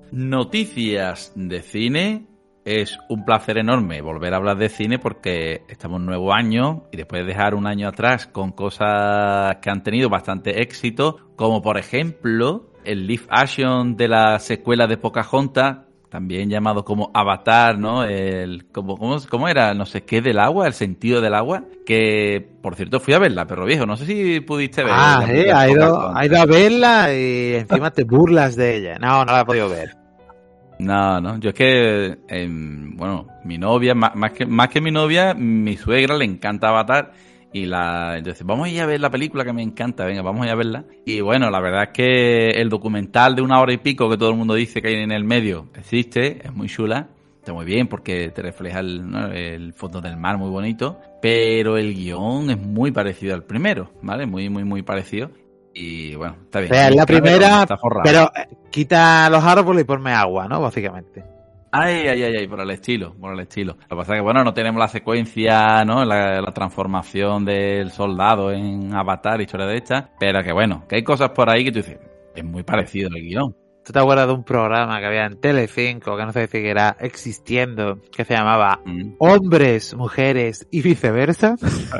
Noticias de cine. Es un placer enorme volver a hablar de cine porque estamos en un nuevo año y después de dejar un año atrás con cosas que han tenido bastante éxito, como por ejemplo el live action de la secuela de Pocahontas, también llamado como Avatar, ¿no? ¿Cómo era? No sé qué del agua, el sentido del agua, que por cierto fui a verla, perro viejo, no sé si pudiste verla. Ha ido a verla y encima te burlas de ella. No la he podido ver. No, yo es que, mi novia, más que mi novia, mi suegra le encanta Avatar y entonces vamos a ir a ver la película que me encanta, venga, vamos a ir a verla. Y bueno, la verdad es que el documental de 1 hora y pico que todo el mundo dice que hay en el medio existe, es muy chula, está muy bien porque te refleja el fondo del mar muy bonito, pero el guión es muy parecido al primero, ¿vale? Muy, muy, muy parecido. Y bueno, está bien. O sea, es la primera, pero quita los árboles y ponme agua, ¿no? Básicamente. Ay, por el estilo. Lo que pasa es que, bueno, no tenemos la secuencia, ¿no? La transformación del soldado en Avatar, historia de esta, pero que bueno, que hay cosas por ahí que tú dices, es muy parecido el guión. ¿Tú te acuerdas de un programa que había en Telecinco, que no sé si era existiendo, que se llamaba Hombres, Mujeres y Viceversa?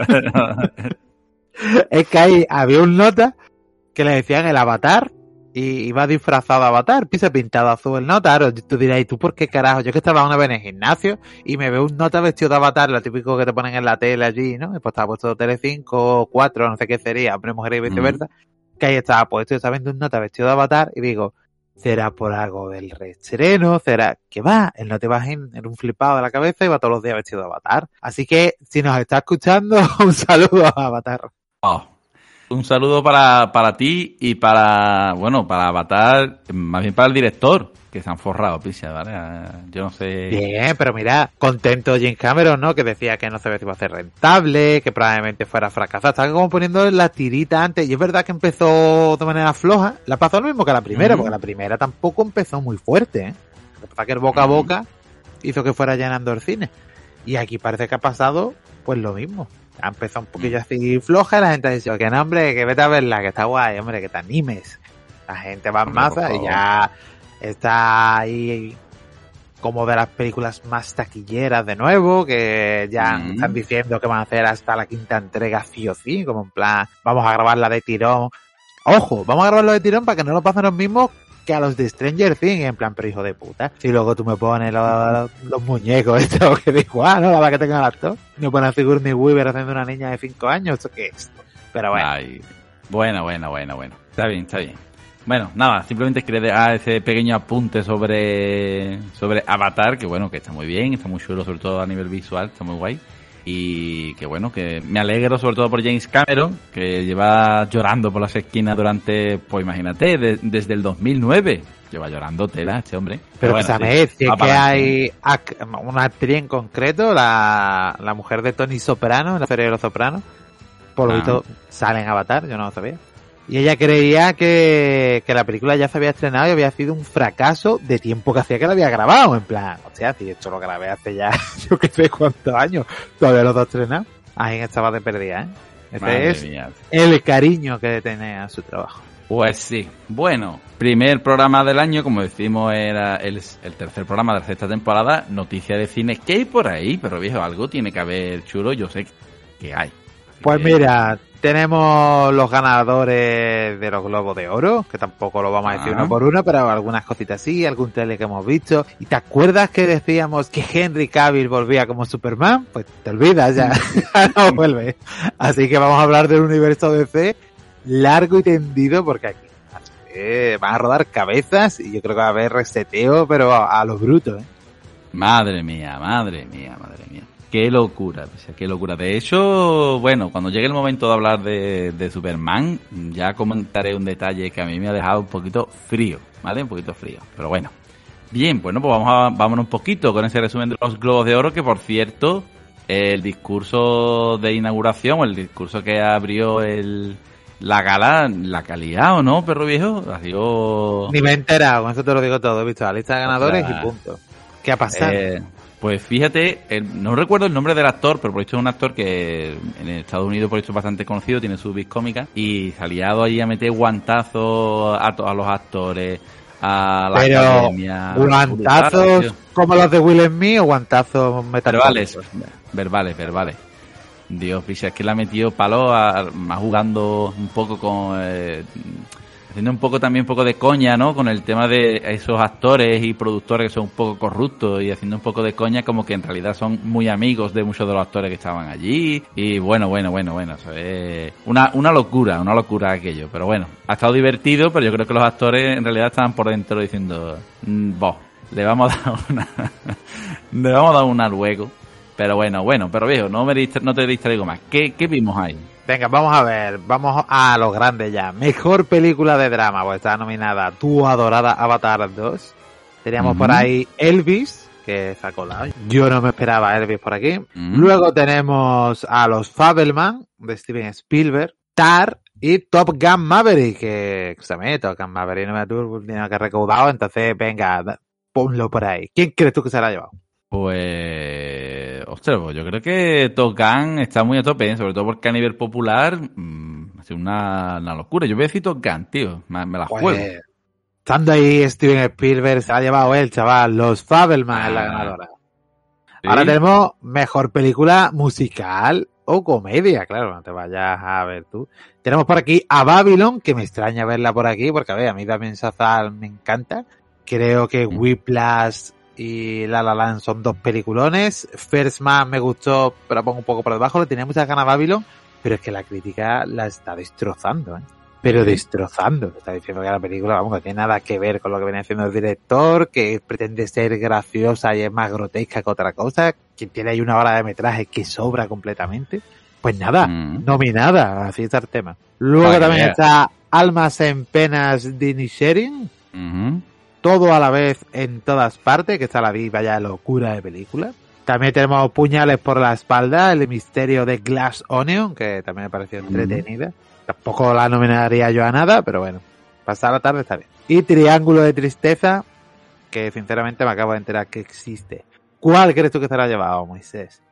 Es que ahí había un nota que le decían el Avatar y iba disfrazado de Avatar, se pintado azul el nota. Claro, tú dirás, ¿y tú por qué carajo? Yo que estaba una vez en el gimnasio y me veo un nota vestido de Avatar, lo típico que te ponen en la tele allí, ¿no? Y pues estaba puesto Telecinco, 4, no sé qué sería, Hombre, Mujer y Viceversa, que ahí estaba puesto, yo estaba viendo un nota vestido de Avatar y digo, ¿será por algo del reestreno? ¿Será que va? Él no te vas en un flipado de la cabeza y va todos los días vestido de Avatar. Así que, si nos está escuchando, un saludo a Avatar. Un saludo para ti y para Avatar, más bien para el director, que se han forrado, picha, ¿vale? Yo no sé... Bien, pero mira, contento James Cameron, ¿no? Que decía que no sabía si iba a ser rentable, que probablemente fuera a fracasar. Estaba como poniendo la tirita antes, y es verdad que empezó de manera floja. La pasó lo mismo que la primera, porque la primera tampoco empezó muy fuerte, ¿eh? Lo que pasa es que el boca a boca hizo que fuera llenando el cine. Y aquí parece que ha pasado, pues lo mismo. Ha empezado un poquillo así floja, la gente ha dicho que no, hombre, que vete a verla, que está guay, hombre, que te animes. La gente va en masa y ya está ahí como de las películas más taquilleras de nuevo, que ya están diciendo que van a hacer hasta la 5ª entrega sí o sí, como en plan, vamos a grabarla de tirón. Ojo, vamos a grabarlo de tirón para que no lo pasen los mismos que a los de Stranger Things, en plan, pero hijo de puta. Si luego tú me pones los muñecos estos que digo, no, la verdad que tengo el actor. Me pones a Sigourney Weaver haciendo una niña de 5 años, ¿esto qué es? Pero bueno. Ay, bueno. Está bien. Bueno, nada, simplemente quería dejar ese pequeño apunte sobre Avatar, que bueno, que está muy bien, está muy chulo, sobre todo a nivel visual, está muy guay. Y que bueno, que me alegro sobre todo por James Cameron, que lleva llorando por las esquinas durante, pues imagínate, desde el 2009. Lleva llorando tela este hombre. Pero bueno, ¿sabes? Si es que hay una actriz en concreto, la mujer de Tony Soprano, en la serie de Los Sopranos, por lo visto sale en Avatar, yo no lo sabía. Y ella creía que la película ya se había estrenado y había sido un fracaso de tiempo que hacía que la había grabado. En plan, o sea, si esto lo grabé hace ya yo que sé cuántos años, todavía lo he estrenado. Ahí estaba de perdida, ¿eh? Ese es mía. El cariño que tiene a su trabajo. Pues sí. Bueno, primer programa del año, como decimos, era el tercer programa de la 6ª temporada, Noticias de cine. ¿Qué hay por ahí? Pero viejo, algo tiene que haber chulo, yo sé que hay. Pues mira, tenemos los ganadores de los Globos de Oro, que tampoco lo vamos a decir uno por uno, pero algunas cositas sí, algún trailer que hemos visto. ¿Y te acuerdas que decíamos que Henry Cavill volvía como Superman? Pues te olvidas, ya no vuelve. Así que vamos a hablar del universo DC largo y tendido, porque aquí van a rodar cabezas y yo creo que va a haber reseteo, pero a lo bruto, ¿eh? Madre mía. Qué locura, qué locura. De hecho, bueno, cuando llegue el momento de hablar de Superman, ya comentaré un detalle que a mí me ha dejado un poquito frío, ¿vale? Un poquito frío, pero bueno. Bien, bueno, pues vámonos un poquito con ese resumen de los Globos de Oro, que por cierto, el discurso de inauguración, o el discurso que abrió la gala, la calidad, ¿o no, perro viejo? Ha sido... Ni me he enterado, con eso te lo digo todo, he visto la lista de ganadores y punto. ¿Qué ha pasado? Pues fíjate, no recuerdo el nombre del actor, pero por esto es un actor que en Estados Unidos por esto es bastante conocido, tiene su vis cómica, y se ha liado ahí a meter guantazos a los actores, a la Pero academia. guantazos Brutal, tío. como los de Will Smith o guantazos metálicos. Verbales. Dios, picha, es que le ha metido palo más jugando un poco con... haciendo un poco también un poco de coña, ¿no? Con el tema de esos actores y productores que son un poco corruptos y haciendo un poco de coña como que en realidad son muy amigos de muchos de los actores que estaban allí. Y bueno. Eso es una locura aquello. Pero bueno, ha estado divertido, pero yo creo que los actores en realidad estaban por dentro diciendo, vos, le vamos a dar una luego. Pero bueno, pero viejo, no te distraigo más. ¿Qué vimos ahí? Venga, vamos a ver, vamos a lo grande ya. Mejor película de drama, pues está nominada Tu adorada Avatar 2. Teníamos por ahí Elvis, que está colado. Yo no me esperaba a Elvis por aquí. Luego tenemos a Los Fabelman, de Steven Spielberg. Tar y Top Gun Maverick, que también Top Gun Maverick no me tuvo dinero que ha recaudado, entonces venga, ponlo por ahí. ¿Quién crees tú que se la ha llevado? Pues, ostras, pues yo creo que Top Gun está muy a tope, sobre todo porque a nivel popular ha sido una locura. Yo voy a decir Top Gun, tío, me la juego. Estando ahí Steven Spielberg, se la ha llevado él, chaval. Los Fabelman es la ganadora. ¿Sí? Ahora tenemos mejor película musical o comedia, claro, no te vayas a ver tú. Tenemos por aquí a Babylon, que me extraña verla por aquí, porque a mí Damien Chazelle me encanta. Creo que Whiplash y La La Land son dos peliculones. First Man me gustó, pero pongo un poco por debajo. Le tenía muchas ganas a Babylon, pero es que la crítica la está destrozando, ¿eh? Pero destrozando. Está diciendo que la película, vamos, que tiene nada que ver con lo que viene haciendo el director, que pretende ser graciosa y es más grotesca que otra cosa, que tiene ahí una hora de metraje que sobra completamente. Pues nada, nominada, así está el tema. Luego también está Almas en Penas de Inisherin. Todo a la vez en todas partes, que está la vaya locura de película. También tenemos Puñales por la espalda, El misterio de Glass Onion, que también me pareció entretenida. Tampoco la nominaría yo a nada, pero bueno, pasar la tarde está bien. Y Triángulo de Tristeza, que sinceramente me acabo de enterar que existe. ¿Cuál crees tú que se la ha llevado, Moisés?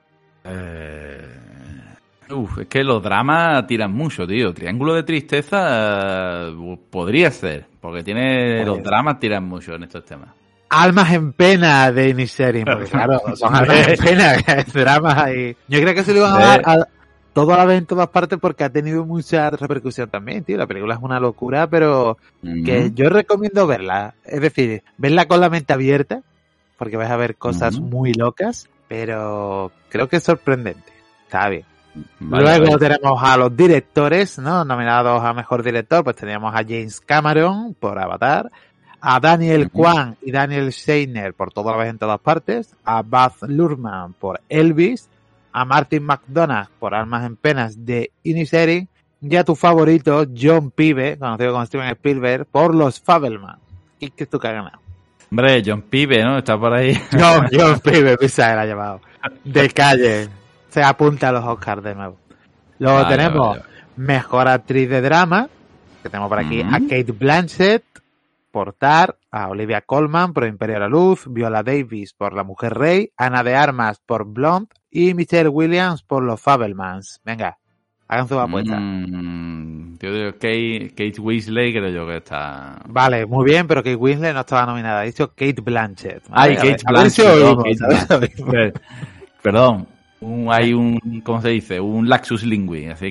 Es que los dramas tiran mucho, tío. Triángulo de Tristeza podría ser, porque tiene los dramas tiran mucho en estos temas. Almas en Pena de Inisherin, porque claro, son almas en pena, dramas y... Yo creo que se lo iban a dar a todo a la vez en todas partes porque ha tenido mucha repercusión también, tío. La película es una locura, pero que yo recomiendo verla. Es decir, verla con la mente abierta, porque vas a ver cosas muy locas, pero creo que es sorprendente. Está bien. Luego tenemos a los directores, ¿no? Nominados a Mejor Director, pues teníamos a James Cameron por Avatar, a Daniel Kwan y Daniel Scheinert por Todo a la vez en todas partes, a Baz Luhrmann por Elvis, a Martin McDonagh por Almas en Penas de Inisherin y a tu favorito John Pive, conocido como Steven Spielberg, por Los Fabelman. ¿Qué crees tú que ha ganado? Hombre, John Pive, ¿no? Está por ahí. John Pive, pisa, él ha llevado. De calle. Se apunta a los Oscars de nuevo. Luego tenemos Mejor Actriz de Drama, que tenemos por aquí a Kate Blanchett por Tar, a Olivia Colman por Imperio de la Luz, Viola Davis por La Mujer Rey, Ana de Armas por Blonde y Michelle Williams por Los Fabelmans. Venga, hagan su apuesta. Yo digo Kate Winslet, creo yo que está... Vale, muy bien, pero Kate Winslet no estaba nominada. Ha dicho Kate Blanchett. Ay, Kate Blanchett. Perdón. Hay un, ¿cómo se dice? Un laxus lingui, así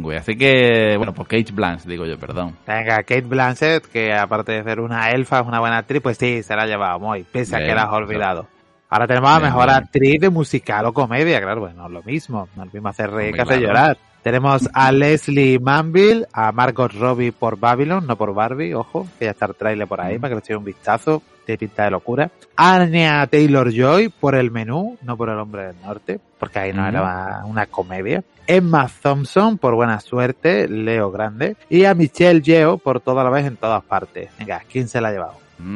que, bueno, pues Kate Blanchett, digo yo, perdón. Venga, Kate Blanchett, que aparte de ser una elfa, es una buena actriz, pues sí, se la ha llevado muy, pese a que la has olvidado. Ahora tenemos a Mejor Actriz de Musical o Comedia, claro, bueno, lo mismo hacer reír que hacer llorar. Tenemos a Leslie Manville, a Margot Robbie por Babylon, no por Barbie, ojo, que ya está el trailer por ahí, para que le eche un vistazo, tiene pinta de locura. Anya Taylor-Joy por El Menú, no por El Hombre del Norte, porque ahí no era una comedia. Emma Thompson por Buena Suerte, Leo Grande. Y a Michelle Yeoh por Toda la vez en todas partes. Venga, ¿quién se la ha llevado?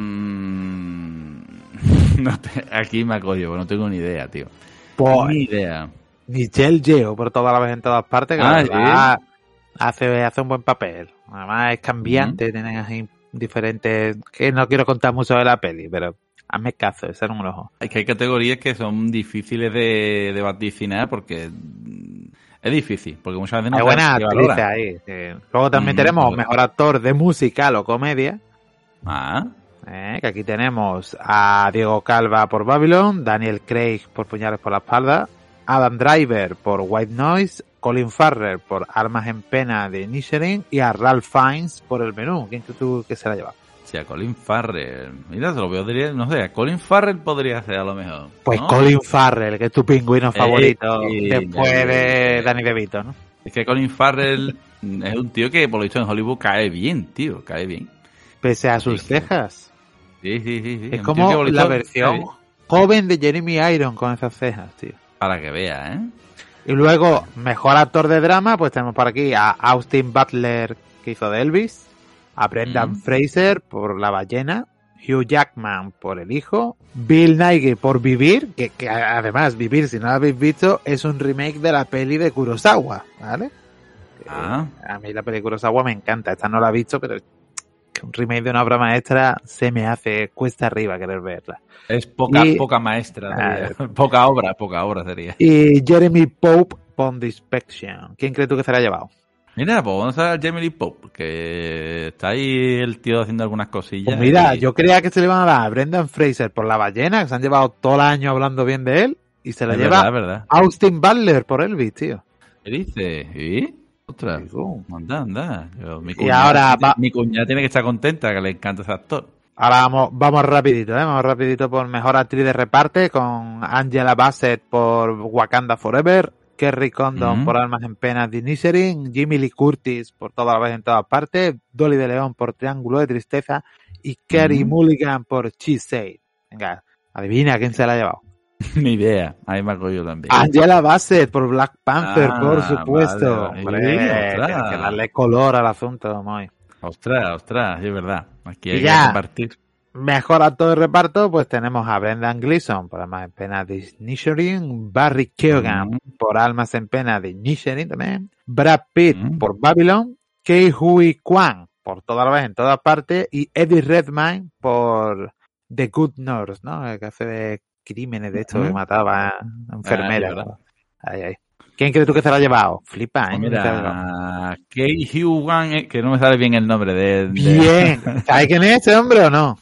Aquí me acojo, no tengo ni idea, tío. Ni idea. Michelle Yeoh por Toda la vez en todas partes, que hace un buen papel. Además es cambiante, tienen así diferentes, que no quiero contar mucho de la peli, pero hazme caso, ese era un ojo. Es que hay categorías que son difíciles de vaticinar porque es difícil, porque muchas veces no hay buenas actrices ahí. Luego también tenemos Mejor Actor de Musical o Comedia. Que aquí tenemos a Diego Calva por Babylon, Daniel Craig por Puñales por la espalda, Adam Driver por White Noise, Colin Farrell por Armas en Pena de Inisherin y a Ralph Fiennes por El Menú. ¿Quién crees tú que se la lleva? Sí, a Colin Farrell. Mira, se lo veo, no sé, a Colin Farrell podría ser a lo mejor. Pues ¿no? Colin Farrell, que es tu pingüino favorito sí, después de Danny DeVito, ¿no? Es que Colin Farrell es un tío que por lo visto en Hollywood cae bien, tío, cae bien. Pese a sus cejas. Sí. Es como la versión joven de Jeremy Irons con esas cejas, tío. Para que vea, ¿eh? Y luego, mejor actor de drama, pues tenemos por aquí a Austin Butler, que hizo de Elvis, a Brendan Fraser por La ballena, Hugh Jackman por El hijo, Bill Nighy por Vivir, que además Vivir, si no lo habéis visto, es un remake de la peli de Kurosawa, ¿vale? A mí la peli de Kurosawa me encanta, esta no la he visto, pero que un remake de una obra maestra se me hace cuesta arriba querer verla. Es poca maestra, poca obra sería. Y Jeremy Pope por The Inspection. ¿Quién crees tú que se la ha llevado? Mira, pues vamos a Jeremy Pope, que está ahí el tío haciendo algunas cosillas. Pues mira, yo creía que se le iban a dar a Brendan Fraser por La ballena, que se han llevado todo el año hablando bien de él, y se la lleva verdad. Austin Butler por Elvis, tío. ¿Qué dice? ¿Y? Ostras, anda. Mi cuñada tiene que estar contenta, que le encanta ese actor. Ahora vamos rapidito por mejor actriz de reparto con Angela Bassett por Wakanda Forever, Kerry Condon por Almas en Pena de Inisherin, Jimmy Lee Curtis por Toda la vez en todas partes, Dolly de León por Triángulo de Tristeza y Carey Mulligan por She Said. Venga, adivina quién se la ha llevado. Ni idea, ahí me acuerdo yo también. Angela Bassett por Black Panther, por supuesto. Vale. Hombre, que darle color al asunto, muy. Ostras, es verdad. Aquí hay y que ya, compartir. Mejor actor de reparto, pues tenemos a Brendan Gleeson por Almas en Pena de Inisherin, Barry Keoghan por Almas en Pena de Inisherin también, Brad Pitt por Babylon, Ke Huy Quan por Toda la vez en todas partes y Eddie Redmayne por The Good Nurse, ¿no? El que hace de crímenes de esto que mataba a enfermeras. Ahí. ¿Quién crees tú que se la ha llevado? Flipa, ¿eh? Mira, Ke Huy Quan, que no me sale bien el nombre de... Bien. ¿Sabes quién es ese hombre o no?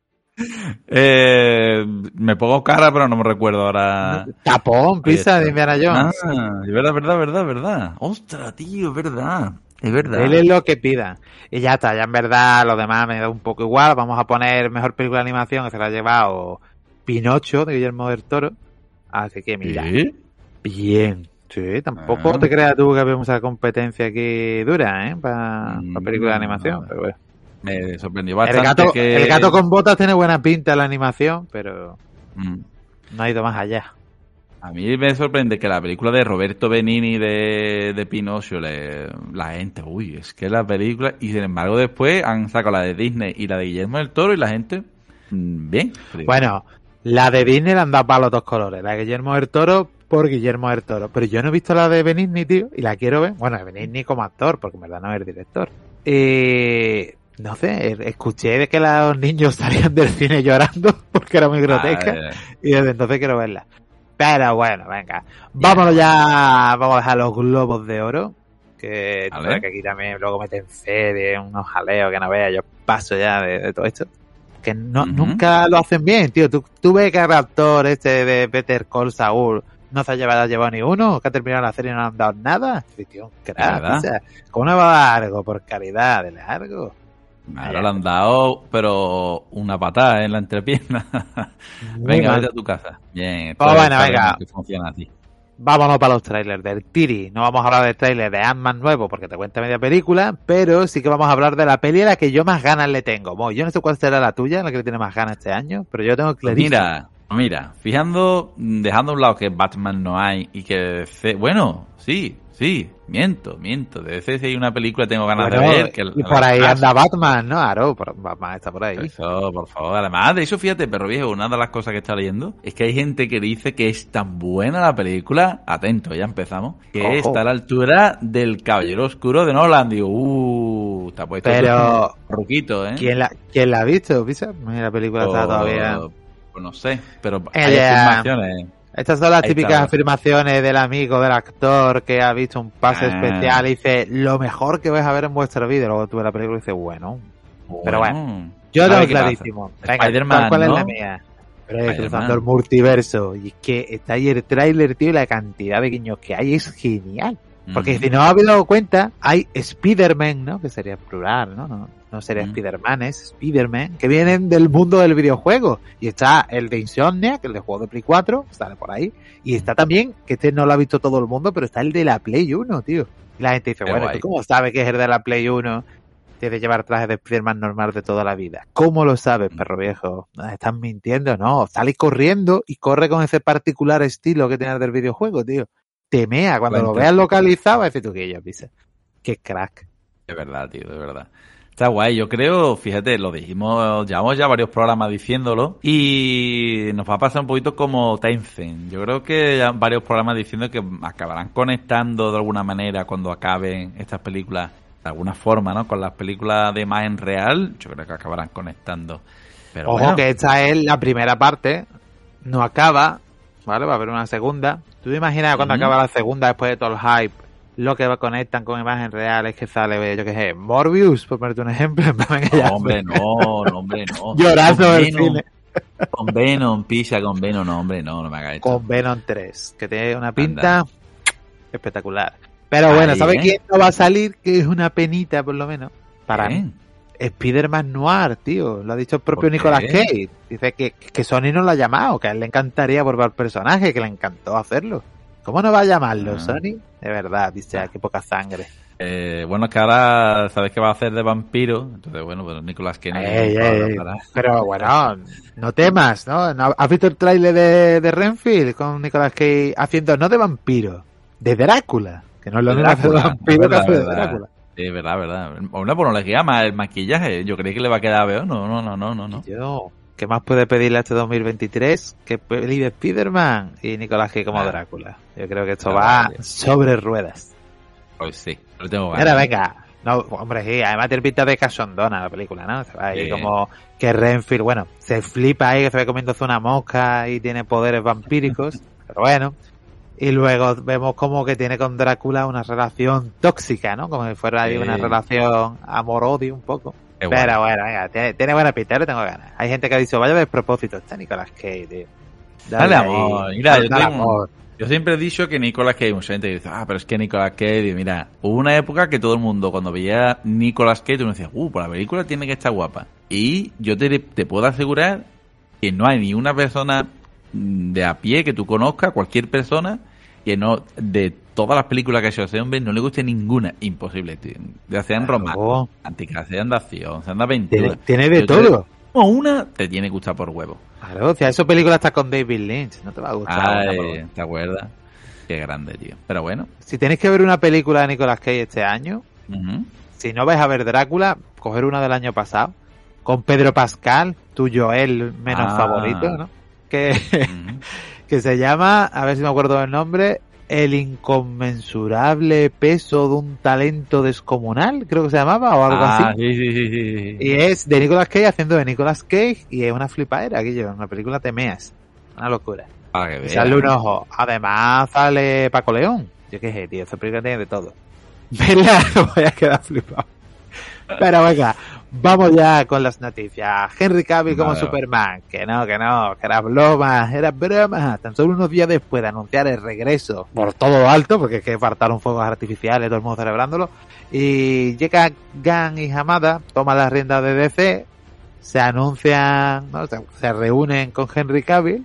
Me pongo cara, pero no me recuerdo ahora. Tapón, pizza de Indiana Jones. Es verdad. Ostras, tío, es verdad. Él es lo que pida. Y ya está, ya en verdad lo demás me da un poco igual. Vamos a poner mejor película de animación, que se la ha llevado Pinocho de Guillermo del Toro. Así que mira. ¿Sí? Bien. Sí, tampoco te creas tú que vemos esa competencia aquí dura, para película de animación, pero bueno. Me sorprendió bastante el gato con botas tiene buena pinta en la animación, pero no ha ido más allá. A mí me sorprende que la película de Roberto Benigni de Pinocho, la gente, es que la película, y sin embargo después han sacado la de Disney y la de Guillermo del Toro y la gente, bien. Bueno, la de Disney le han dado para los dos colores, la de Guillermo del Toro por Guillermo del Toro, pero yo no he visto la de Benigni, tío, y la quiero ver. Bueno, Benigni como actor, porque en verdad no es el director. No sé, escuché de que los niños salían del cine llorando porque era muy grotesca y desde entonces quiero verla. Pero bueno, venga, vámonos ya, vamos a dejar los globos de oro, que aquí también luego meten feria, unos jaleos que no veas, yo paso ya de todo esto. Que nunca lo hacen bien, tío. Tú ves que el actor de Better Call Saul no se ha llevado ni uno, que ha terminado la serie y no le han dado nada. Tío, crack, o sea, ¿cómo no va a dar algo por caridad de largo? Ahora le han dado, pero una patada en la entrepierna. Venga, vete a tu casa. Bien, bueno, venga. Que funciona así. Vámonos para los trailers del Tiri. No vamos a hablar del trailer de Ant-Man nuevo porque te cuenta media película, pero sí que vamos a hablar de la peli a la que yo más ganas le tengo. Yo no sé cuál será la tuya, la que le tiene más ganas este año, pero yo tengo clarísimo. Mira, dejando a un lado que Batman no hay y que... Bueno, sí, miento. De DC si hay una película que tengo ganas de ver. Y por ahí anda Batman, ¿no? Claro, Batman está por ahí. Eso, por favor. Además de eso, fíjate, perro viejo, una de las cosas que está leyendo es que hay gente que dice que es tan buena la película, atento, ya empezamos, que está a la altura del Caballero Oscuro de Nolan. Digo, está puesto. Pero... ruquito, ¿eh? ¿Quién la ha visto, Pisa? La película está todavía... Pues no sé, pero hay afirmaciones. Estas son las típicas afirmaciones del amigo, del actor que ha visto un pase especial y dice lo mejor que vais a ver en vuestra vida. Luego tú ves la película y dices, bueno. Pero bueno, Yo A lo ver tengo qué pasa. clarísimo. Venga, Spider-Man, ¿cuál es ¿no? la mía? Spider-Man. Cruzando el multiverso. Y es que está ahí el tráiler, tío, y la cantidad de guiños que hay es genial. Porque Ujú. si no habéis dado cuenta, hay Spider-Man, ¿no? Que sería plural, ¿no? No sería Mm. Spider-Man, es Spider-Man, que vienen del mundo del videojuego. Y está el de Insomniac, el de juego de Play 4, sale por ahí. Y está también, que este no lo ha visto todo el mundo, pero está el de la Play 1, tío. Y la gente dice, Qué bueno, guay. ¿tú cómo sabes que es el de la Play 1? Tienes que llevar traje de Spider-Man normal de toda la vida. ¿Cómo lo sabes, perro viejo? Estás mintiendo, ¿no? Sale corriendo y corre con ese particular estilo que tienes del videojuego, tío. Te mea. Cuando lo veas localizado, vas a decir tú que yo, pisa. Qué crack. De verdad, tío, de verdad. Está guay, yo creo, fíjate, lo dijimos, llevamos ya varios programas diciéndolo y nos va a pasar un poquito como Tencent. Yo creo que ya varios programas diciendo que acabarán conectando de alguna manera cuando acaben estas películas, de alguna forma, ¿no? Con las películas de imagen real, yo creo que acabarán conectando. Pero Ojo bueno, que esta es la primera parte, no acaba, ¿vale? Va a haber una segunda. ¿Tú te imaginas cuando Ujú. acaba la segunda, después de todo el hype, lo que conectan con imagen real es que sale, yo qué sé, Morbius, por ponerte un ejemplo? Venga, ya. no, hombre, no, no, hombre, no. Llorando Con del Venom, cine. con Venom, picha, con Venom, no, hombre, no, no me hagas esto. Con Venom 3, que tiene una pinta espectacular. Pero Ahí, bueno, ¿sabe ¿eh? quién no va a salir? Que es una penita, por lo menos, para ¿Qué? mí. Spider-Man Noir, tío. Lo ha dicho el propio ¿Por qué? Nicolas Cage. Dice que Sony no lo ha llamado, que a él le encantaría volver al personaje, que le encantó hacerlo. ¿Cómo no va a llamarlo, Ah. Sony? De verdad, dice, qué poca sangre. Bueno, es que ahora sabes que va a hacer de vampiro, entonces bueno, pues Nicolas Cage no tiene Ey, tiempo ahora ey, para- pero bueno, no temas, ¿no? ¿Has visto el tráiler de Renfield con Nicolas Cage haciendo, no de vampiro, de Drácula? Que no es lo De mismo hacer de Drácula, vampiro que verdad, hacer de verdad. Drácula. Sí, verdad, verdad. Bueno, pues no le queda más el maquillaje, yo creí que le va a quedar peor, no. Yo, ¿qué más puede pedirle a este 2023 que peli de Spider-Man y Nicolas Cage como Ah. Drácula? Yo creo que esto Ah, va vale. sobre ruedas. Pues sí, lo tengo Ahora, ganas. venga. No, hombre, sí, además tiene pinta de cachondona la película, ¿no? Se va ahí Sí. como que Renfield, bueno, se flipa ahí que se ve comiéndose una mosca y tiene poderes vampíricos, pero bueno. Y luego vemos como que tiene con Drácula una relación tóxica, ¿no? Como si fuera ahí Sí. una relación amor-odio un poco. Qué Pero guay. bueno, venga, tiene buena pinta, yo le tengo ganas. Hay gente que ha dicho, vaya de propósito, está Nicolas Cage, tío. Dale ahí, amor, mira, dale amor. yo siempre he dicho que Nicolas Cage, mucha gente dice, pero es que Nicolas Cage, mira, hubo una época que todo el mundo cuando veía Nicolas Cage uno decía, pues la película tiene que estar guapa. Y yo te puedo asegurar que no hay ni una persona de a pie que tú conozcas, cualquier persona, que no, de todas las películas que ha hecho ese hombre, no le guste ninguna. Imposible, tío. Ya sean Claro. románticas, sean de acción, sean de aventura. Tiene de Yo todo. como una te tiene que gustar por huevo. Claro, si a esa película está con David Lynch, no te va a gustar. una por Ay, una. ¿te acuerdas? Qué grande, tío. Pero bueno. Si tenéis que ver una película de Nicolas Cage este año, Ujú. si no vais a ver Drácula, coger una del año pasado, con Pedro Pascal, tu Joel menos favorito, ¿no? Que, Ujú. que se llama, a ver si me acuerdo del nombre, El inconmensurable peso de un talento descomunal, creo que se llamaba, o algo así. Sí. Y es de Nicolas Cage haciendo de Nicolas Cage y es una flipadera, Guillo, una película temeas. Una locura. Para que Y veas. sale un ojo. Además sale Paco León. Yo qué sé, tío, esa película tiene de todo. Verla, no voy a quedar flipado. Pero venga, vamos ya con las noticias. Henry Cavill como Vale. Superman. Que no, que era broma. Tan solo unos días después de anunciar el regreso por todo lo alto, porque es que faltaron fuegos artificiales, todo el mundo celebrándolo. Y llega Gunn y Hamada, toman las riendas de DC, se anuncian, ¿no? Se reúnen con Henry Cavill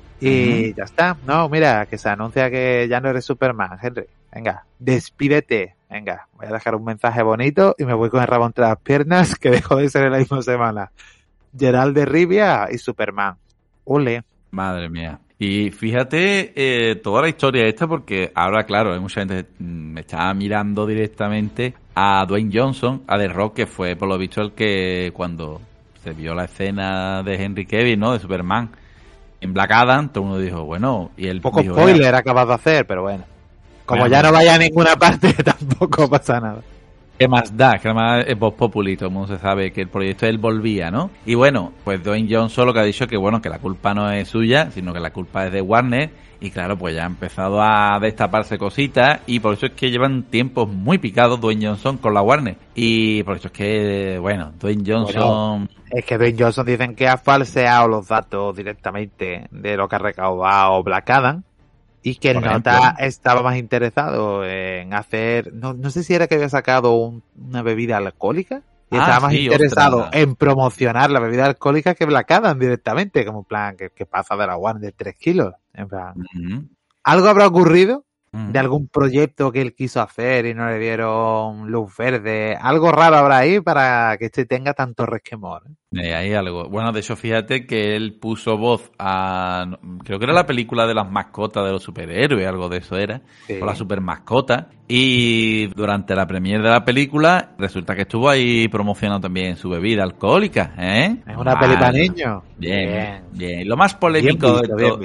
y ya está. No, mira, que se anuncia que ya no eres Superman, Henry. Venga, despídete. Venga, voy a dejar un mensaje bonito y me voy con el rabo entre las piernas, que dejo de ser en la misma semana. Gerald de Rivia y Superman. Ole. Madre mía. Y fíjate toda la historia esta, porque ahora, claro, hay mucha gente que me está mirando directamente a Dwayne Johnson, a The Rock, que fue por lo visto el que cuando se vio la escena de Henry Cavill, ¿no? De Superman en Black Adam, todo el mundo dijo, bueno, y él Poco dijo, spoiler acabas de hacer, pero bueno. Como Bueno, ya no vaya a ninguna parte, tampoco pasa nada. ¿qué más da? Que además es Voz Populi, todo el mundo se sabe que el proyecto él volvía, ¿no? Y bueno, pues Dwayne Johnson lo que ha dicho que bueno, que la culpa no es suya, sino que la culpa es de Warner. Y claro, pues ya ha empezado a destaparse cositas y por eso es que llevan tiempos muy picados Dwayne Johnson con la Warner. Y por eso es que, bueno, Dwayne Johnson... Es que Dwayne Johnson dicen que ha falseado los datos directamente de lo que ha recaudado Black Adam y que el nota estaba más interesado en hacer, no sé si era que había sacado una bebida alcohólica y estaba más interesado en promocionar la bebida alcohólica que Black Adam directamente, como en plan, que pasa de la One de 3 kilos. En plan, ¿algo habrá ocurrido? De algún proyecto que él quiso hacer y no le dieron luz verde. Algo raro habrá ahí para que este tenga tanto resquemor. Hay algo. Bueno, de hecho, fíjate que él puso voz a... Creo que era la película de las mascotas de los superhéroes, algo de eso era. Sí. O la super mascota. Y durante la premiere de la película, resulta que estuvo ahí promocionando también su bebida alcohólica, ¿eh? Es una peli para niños. Bien. Lo más polémico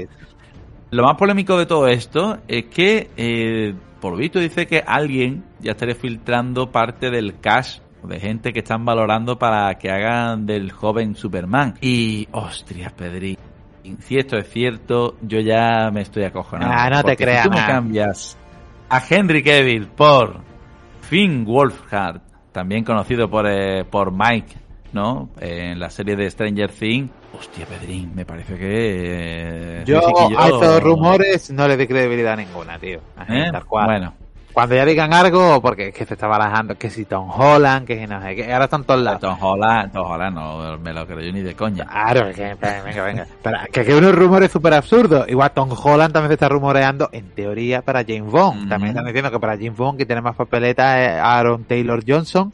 Lo más polémico de todo esto es que, por lo visto, dice que alguien ya estaría filtrando parte del cash de gente que están valorando para que hagan del joven Superman. Y, ostras, Pedrín, si esto es cierto, yo ya me estoy acojonando. No te creas. Si tú me cambias a Henry Cavill por Finn Wolfhard, también conocido por Mike, ¿no? En la serie de Stranger Things. Hostia, Pedrín, me parece que... Yo a estos rumores no le doy credibilidad ninguna, tío. Tal cual. Bueno. Cuando ya digan algo, porque es que se está barajando que si Tom Holland, que si no sé qué, ahora están todos lados. Tom Holland no me lo creo yo ni de coña. Claro, que venga. Espera, que unos rumores súper absurdos. Igual Tom Holland también se está rumoreando, en teoría, para James Bond. También están diciendo que para James Bond, que tiene más papeleta, es Aaron Taylor Johnson,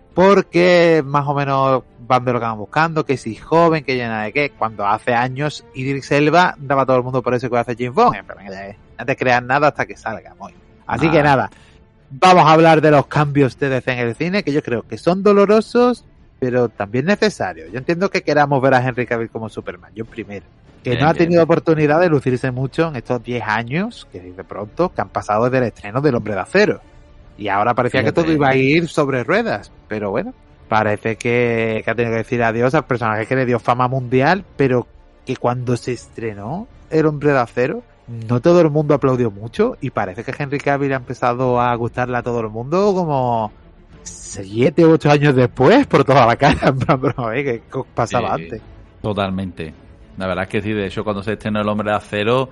porque más o menos van de lo que van buscando, que si joven, que llena de qué. Cuando hace años Idris Elba daba a todo el mundo por eso que hace James Bond. No te creas nada hasta que salga, muy. Así que nada, vamos a hablar de los cambios de DC en el cine, que yo creo que son dolorosos, pero también necesarios. Yo entiendo que queramos ver a Henry Cavill como Superman, yo primero. Que no ha tenido oportunidad de lucirse mucho en estos 10 años, que de pronto, que han pasado desde el estreno del Hombre de Acero. Y ahora parecía que todo iba a ir sobre ruedas, pero bueno, parece que ha tenido que decir adiós al personaje que le dio fama mundial, pero que cuando se estrenó el Hombre de Acero, no todo el mundo aplaudió mucho y parece que Henry Cavill ha empezado a gustarle a todo el mundo como 7 u 8 años después por toda la cara. Pero, ¿qué pasaba antes? Totalmente. La verdad es que sí, de hecho cuando se estrenó el Hombre de Acero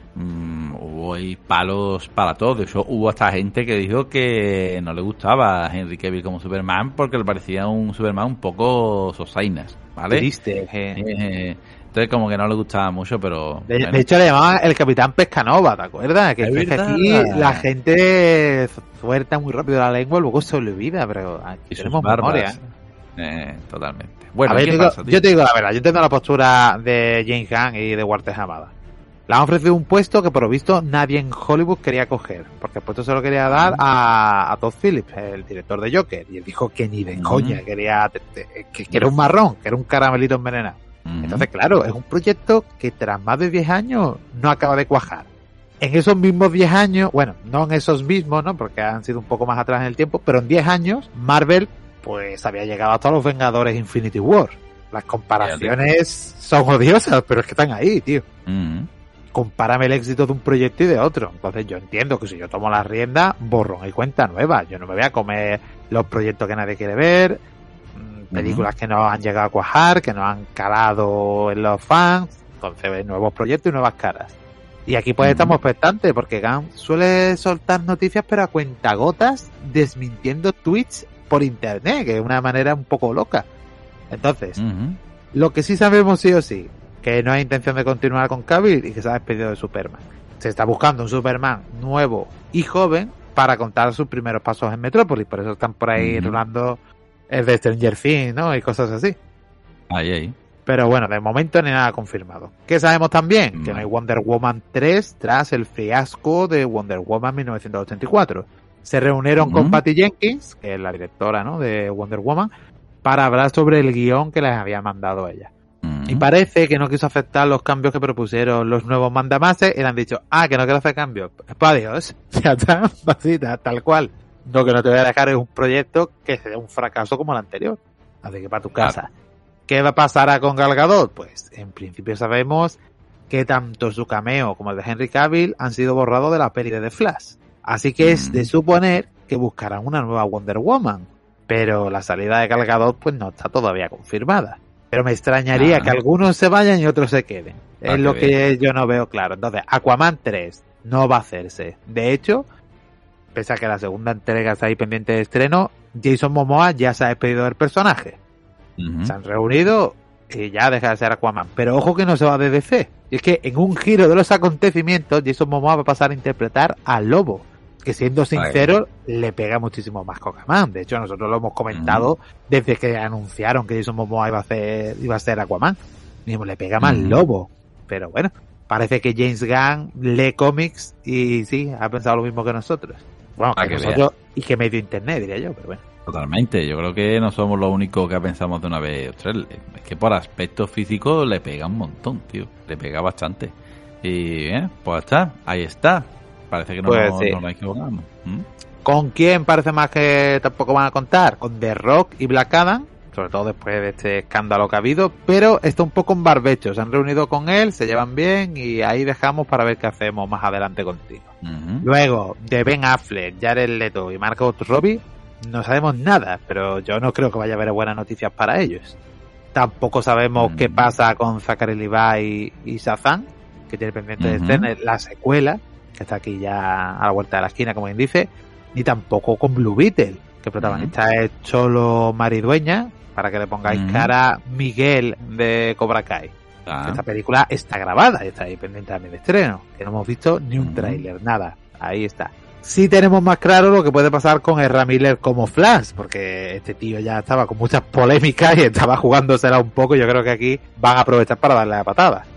hubo ahí palos para todos. De hecho hubo hasta gente que dijo que no le gustaba a Henry Cavill como Superman porque le parecía un Superman un poco sosainas, ¿vale? Triste. Entonces como que no le gustaba mucho, pero... De hecho le llamaban el Capitán Pescanova, ¿te acuerdas? Que aquí la gente suelta muy rápido la lengua, luego se olvida, pero aquí tenemos memoria. Totalmente. Bueno, ver, yo te digo la verdad, yo entiendo la postura de James Gunn y de Walter Hamada. Le han ofrecido un puesto que por lo visto nadie en Hollywood quería coger, porque el puesto se lo quería dar a Todd Phillips, el director de Joker, y él dijo que ni de coña quería, que era un marrón, que era un caramelito envenenado. Entonces, claro, es un proyecto que tras más de 10 años no acaba de cuajar. En esos mismos 10 años, bueno, no en esos mismos, ¿no? Porque han sido un poco más atrás en el tiempo, pero en 10 años, Marvel, pues había llegado hasta los Vengadores Infinity War. Las comparaciones son odiosas, pero es que están ahí, tío. Compárame el éxito de un proyecto y de otro. Entonces yo entiendo que si yo tomo la rienda, borrón y cuenta nueva. Yo no me voy a comer los proyectos que nadie quiere ver, películas que no han llegado a cuajar, que no han calado en los fans, entonces nuevos proyectos y nuevas caras. Y aquí pues estamos expectantes, porque Gunn suele soltar noticias pero a cuentagotas, desmintiendo tweets por internet, que es una manera un poco loca. Entonces, lo que sí sabemos sí o sí, que no hay intención de continuar con Cavill y que se ha despedido de Superman. Se está buscando un Superman nuevo y joven para contar sus primeros pasos en Metrópolis, por eso están por ahí rolando el de Stranger Things, ¿no? Y cosas así. Ahí. Pero bueno, de momento ni nada confirmado. ¿Qué sabemos también? Que no hay Wonder Woman 3 tras el fiasco de Wonder Woman 1984. Se reunieron con Patty Jenkins, que es la directora, ¿no? de Wonder Woman, para hablar sobre el guión que les había mandado ella. Y parece que no quiso aceptar los cambios que propusieron los nuevos mandamases y le han dicho, que no quiero hacer cambios. Pues adiós. Ya está, pasita, tal cual. Lo que no te voy a dejar es un proyecto que sea un fracaso como el anterior. Así que para tu casa. ¿Qué va a pasar con Gal Gadot? Pues en principio sabemos que tanto su cameo como el de Henry Cavill han sido borrados de la peli de The Flash. Así que es de suponer que buscarán una nueva Wonder Woman. Pero la salida de Gal Gadot pues no está todavía confirmada. Pero me extrañaría que algunos se vayan y otros se queden. Es lo que yo no veo claro. Entonces, Aquaman 3 no va a hacerse. De hecho, pese a que la segunda entrega está ahí pendiente de estreno, Jason Momoa ya se ha despedido del personaje. Se han reunido y ya deja de ser Aquaman. Pero ojo que no se va de DC. Y es que en un giro de los acontecimientos, Jason Momoa va a pasar a interpretar al Lobo, que siendo sincero, le pega muchísimo más que Aquaman. De hecho, nosotros lo hemos comentado desde que anunciaron que Jason Momoa iba a ser Aquaman. Mismo le pega más Lobo. Pero bueno, parece que James Gunn lee cómics y sí, ha pensado lo mismo que nosotros. Bueno, que nosotros y que medio internet, diría yo, pero bueno. Totalmente, yo creo que no somos los únicos que pensamos de una vez. Ostras, es que por aspecto físico le pega un montón, tío. Le pega bastante. Y pues está, ahí está. Parece que no nos equivocamos. ¿Con quién parece más que tampoco van a contar? Con The Rock y Black Adam, sobre todo después de este escándalo que ha habido, pero está un poco en barbecho. Se han reunido con él, se llevan bien y ahí dejamos para ver qué hacemos más adelante contigo. Luego, de Ben Affleck, Jared Leto y Margot Robbie, no sabemos nada, pero yo no creo que vaya a haber buenas noticias para ellos. Tampoco sabemos qué pasa con Zachary Levi y Shazam, que tiene pendiente de escena la secuela, que está aquí ya a la vuelta de la esquina, como quien dice, ni tampoco con Blue Beetle, que el protagonista es Cholo Maridueña, para que le pongáis cara, Miguel de Cobra Kai. Esta película está grabada y está ahí pendiente también de estreno, que no hemos visto ni un tráiler, nada, ahí está. Sí tenemos más claro lo que puede pasar con Ezra Miller como Flash, porque este tío ya estaba con muchas polémicas y estaba jugándosela un poco. Yo creo que aquí van a aprovechar para darle la patada.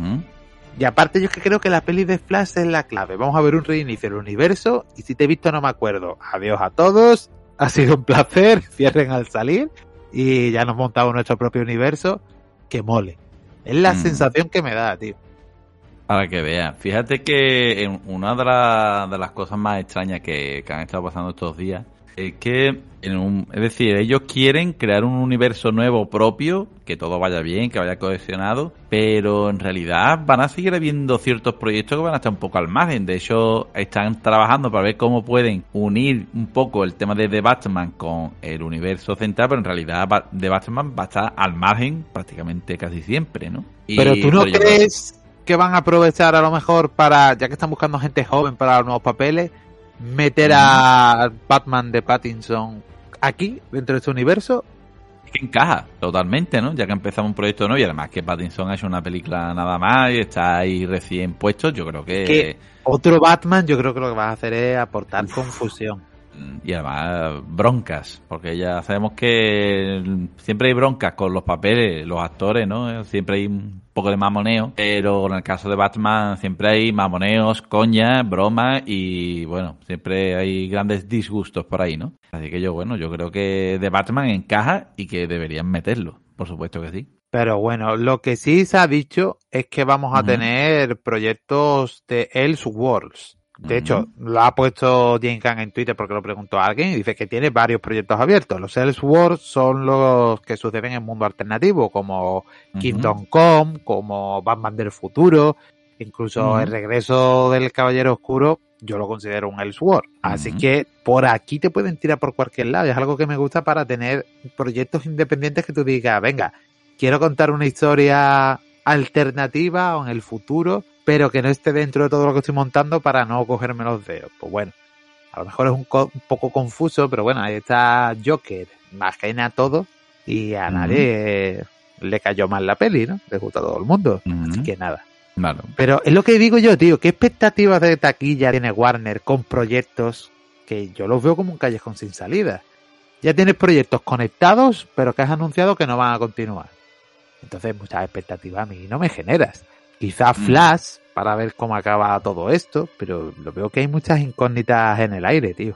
Y aparte yo es que creo que la peli de Flash es la clave. Vamos a ver un reinicio del universo y si te he visto no me acuerdo. Adiós a todos, ha sido un placer, cierren al salir y ya nos montamos nuestro propio universo. Que mole. Es la sensación que me da, tío. Para que veas, fíjate que una de las cosas más extrañas que han estado pasando estos días es que, es decir, ellos quieren crear un universo nuevo propio, que todo vaya bien, que vaya cohesionado, pero en realidad van a seguir habiendo ciertos proyectos que van a estar un poco al margen. De hecho, están trabajando para ver cómo pueden unir un poco el tema de The Batman con el universo central, pero en realidad The Batman va a estar al margen prácticamente casi siempre, ¿no? Pero tú no crees que van a aprovechar a lo mejor para, ya que están buscando gente joven para los nuevos papeles, meter a Batman de Pattinson aquí, dentro de este universo? Es que encaja totalmente, ¿no? Ya que empezamos un proyecto nuevo y además que Pattinson ha hecho una película nada más y está ahí recién puesto, yo creo que otro Batman, yo creo que lo que vas a hacer es aportar confusión. Y además broncas, porque ya sabemos que siempre hay broncas con los papeles, los actores, ¿no? Siempre hay un poco de mamoneo, pero en el caso de Batman siempre hay mamoneos, coñas, bromas y bueno, siempre hay grandes disgustos por ahí, ¿no? Así que yo creo que de Batman encaja y que deberían meterlo, por supuesto que sí. Pero bueno, lo que sí se ha dicho es que vamos a tener proyectos de Elseworlds. De hecho, lo ha puesto James Gunn en Twitter porque lo preguntó a alguien y dice que tiene varios proyectos abiertos. Los Elseworlds son los que suceden en mundo alternativo, como Kingdom Come, como Batman del futuro, incluso el regreso del Caballero Oscuro, yo lo considero un Elseworld. Así que por aquí te pueden tirar por cualquier lado. Y es algo que me gusta para tener proyectos independientes que tú digas, venga, quiero contar una historia alternativa o en el futuro, pero que no esté dentro de todo lo que estoy montando para no cogerme los dedos. Pues bueno, a lo mejor es un poco confuso, pero bueno, ahí está Joker, imagina todo y a nadie le cayó mal la peli, ¿no? Le gusta a todo el mundo, así que nada. Claro. Pero es lo que digo yo, tío, ¿qué expectativas de taquilla tiene Warner con proyectos que yo los veo como un callejón sin salida? Ya tienes proyectos conectados, pero que has anunciado que no van a continuar. Entonces muchas expectativas a mí no me generas. Quizá Flash, para ver cómo acaba todo esto, pero lo veo que hay muchas incógnitas en el aire, tío.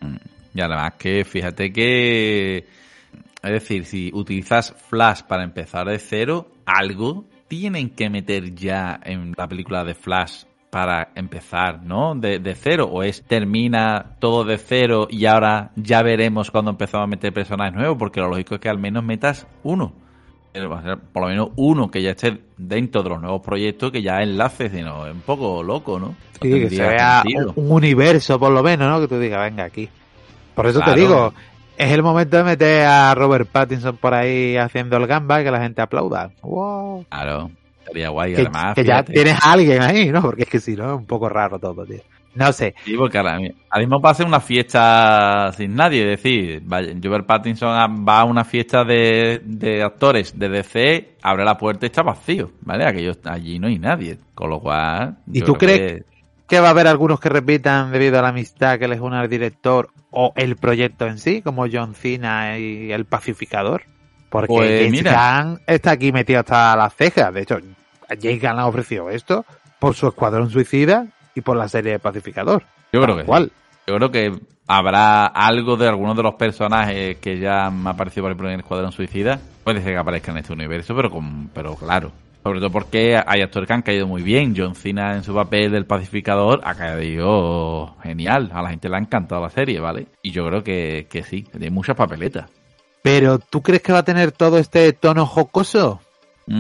Y además que fíjate que, es decir, si utilizas Flash para empezar de cero, algo tienen que meter ya en la película de Flash para empezar, ¿no? De cero, o es termina todo de cero y ahora ya veremos cuando empezamos a meter personajes nuevos, porque lo lógico es que al menos metas uno. Por lo menos uno que ya esté dentro de los nuevos proyectos, que ya enlace, sino es un poco loco, ¿no? Sí, que se vea un universo por lo menos, ¿no? Que tú digas, venga aquí. Por eso claro. Te digo, Es el momento de meter a Robert Pattinson por ahí haciendo el gamba y que la gente aplauda. ¡Wow! Claro, estaría guay. Que, Además, que ya tienes a alguien ahí, ¿no? Porque es que si no es un poco raro todo, tío. No sé. Sí, porque ahora mismo va a ser una fiesta sin nadie. Es decir, Robert Pattinson va a una fiesta de actores de DC, abre la puerta y está vacío, ¿vale? Allí no hay nadie. Con lo cual... ¿Y tú crees que va a haber algunos que repitan debido a la amistad que les une al director o el proyecto en sí, como John Cena y el Pacificador? Porque pues, James Gunn está aquí metido hasta las cejas. De hecho, James Gunn ha ofrecido esto por su Escuadrón Suicida y por la serie de Pacificador. Yo creo que sí. Yo creo que habrá algo de algunos de los personajes que ya han aparecido por ejemplo en el Escuadrón Suicida. Puede ser que aparezcan en este universo, pero claro. Sobre todo porque hay actores que han caído muy bien. John Cena en su papel del Pacificador ha caído genial. A la gente le ha encantado la serie, ¿vale? Y yo creo que sí, que tiene muchas papeletas. ¿Pero tú crees que va a tener todo este tono jocoso? Yo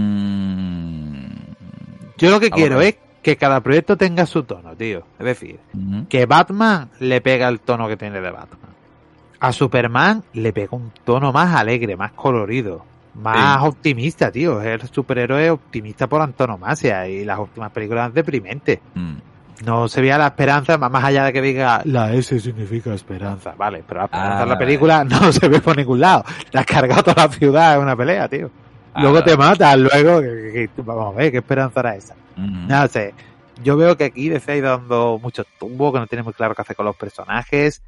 lo que quiero es que cada proyecto tenga su tono, tío. Es decir, que Batman le pega el tono que tiene de Batman. A Superman le pega un tono más alegre, más colorido, más optimista, tío. Es el superhéroe optimista por antonomasia y las últimas películas deprimentes. No se veía la esperanza, más allá de que diga la S significa esperanza. Vale, pero la esperanza en la película no se ve por ningún lado. Te has cargado toda la ciudad en una pelea, tío. Luego te matas, luego... vamos a ver, ¿qué esperanza era esa? No sé. Yo veo que aquí DC ha ido dando mucho tumbo, que no tiene muy claro qué hacer con los personajes.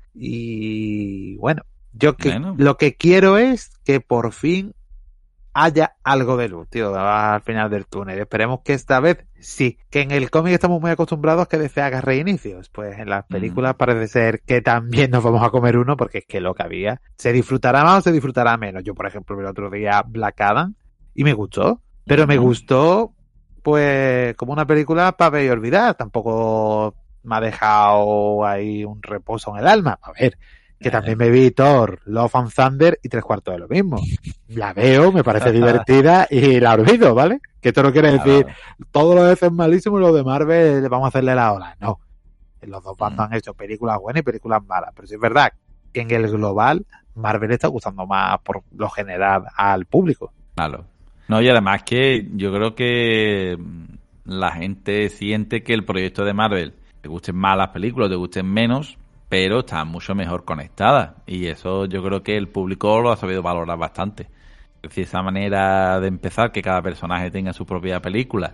Y bueno, lo que quiero es que por fin haya algo de luz, tío, al final del túnel. Esperemos que esta vez sí. Que en el cómic estamos muy acostumbrados a que DC haga reinicios. Pues en las películas parece ser que también nos vamos a comer uno, porque es que lo que había. ¿Se disfrutará más o se disfrutará menos? Yo, por ejemplo, vi el otro día Black Adam y me gustó. Pero me gustó, pues, como una película para ver y olvidar. Tampoco me ha dejado ahí un reposo en el alma. A ver, que también me vi Thor, Love and Thunder y 3/4 de lo mismo. La veo, me parece divertida y la olvido, ¿vale? Que esto no quiere decir todo lo de es malísimo y lo de Marvel vamos a hacerle la ola. No. Los dos bandos han hecho películas buenas y películas malas. Pero sí es verdad que en el global Marvel está gustando más por lo general al público. Claro. No, y además que yo creo que la gente siente que el proyecto de Marvel, te gusten más las películas, te gusten menos, pero están mucho mejor conectadas. Y eso yo creo que el público lo ha sabido valorar bastante. Es decir, esa manera de empezar, que cada personaje tenga su propia película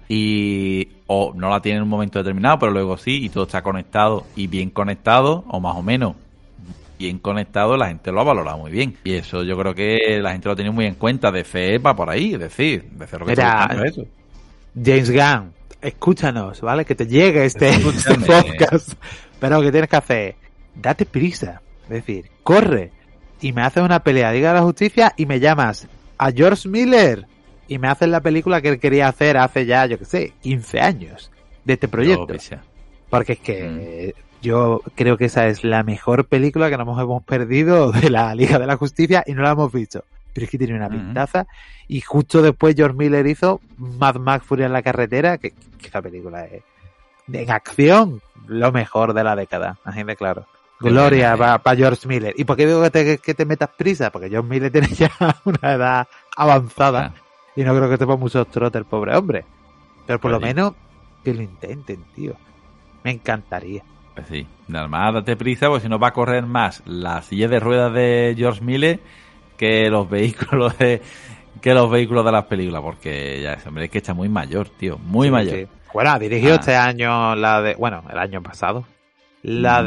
o no la tiene en un momento determinado, pero luego sí, y todo está conectado y bien conectado, o más o menos bien conectado, la gente lo ha valorado muy bien. Y eso yo creo que la gente lo tiene muy en cuenta. De fe va por ahí, es decir, de cerro que eso. James Gunn, escúchanos, ¿vale? Que te llegue este podcast. Pero lo que tienes que hacer, date prisa. Es decir, corre y me haces una pelea, Liga de la Justicia, y me llamas a George Miller y me haces la película que él quería hacer hace ya, yo qué sé, 15 años de este proyecto. Porque es que yo creo que esa es la mejor película que nos hemos perdido de la Liga de la Justicia y no la hemos visto. Pero es que tiene una pintaza. Y justo después George Miller hizo Mad Max Furia en la carretera, que esa película es en acción lo mejor de la década, así de claro. Gloria para George Miller. ¿Y por qué digo que te metas prisa? Porque George Miller tiene ya una edad avanzada y no creo que te ponga muchos trotes el pobre hombre. Pero por lo menos que lo intenten, tío. Me encantaría. Pues sí, nada más date prisa, porque si no va a correr más la silla de ruedas de George Miller que los vehículos de las películas, porque ya ese hombre es que está muy mayor, tío, muy mayor. Sí. Bueno, ha dirigido este año el año pasado, la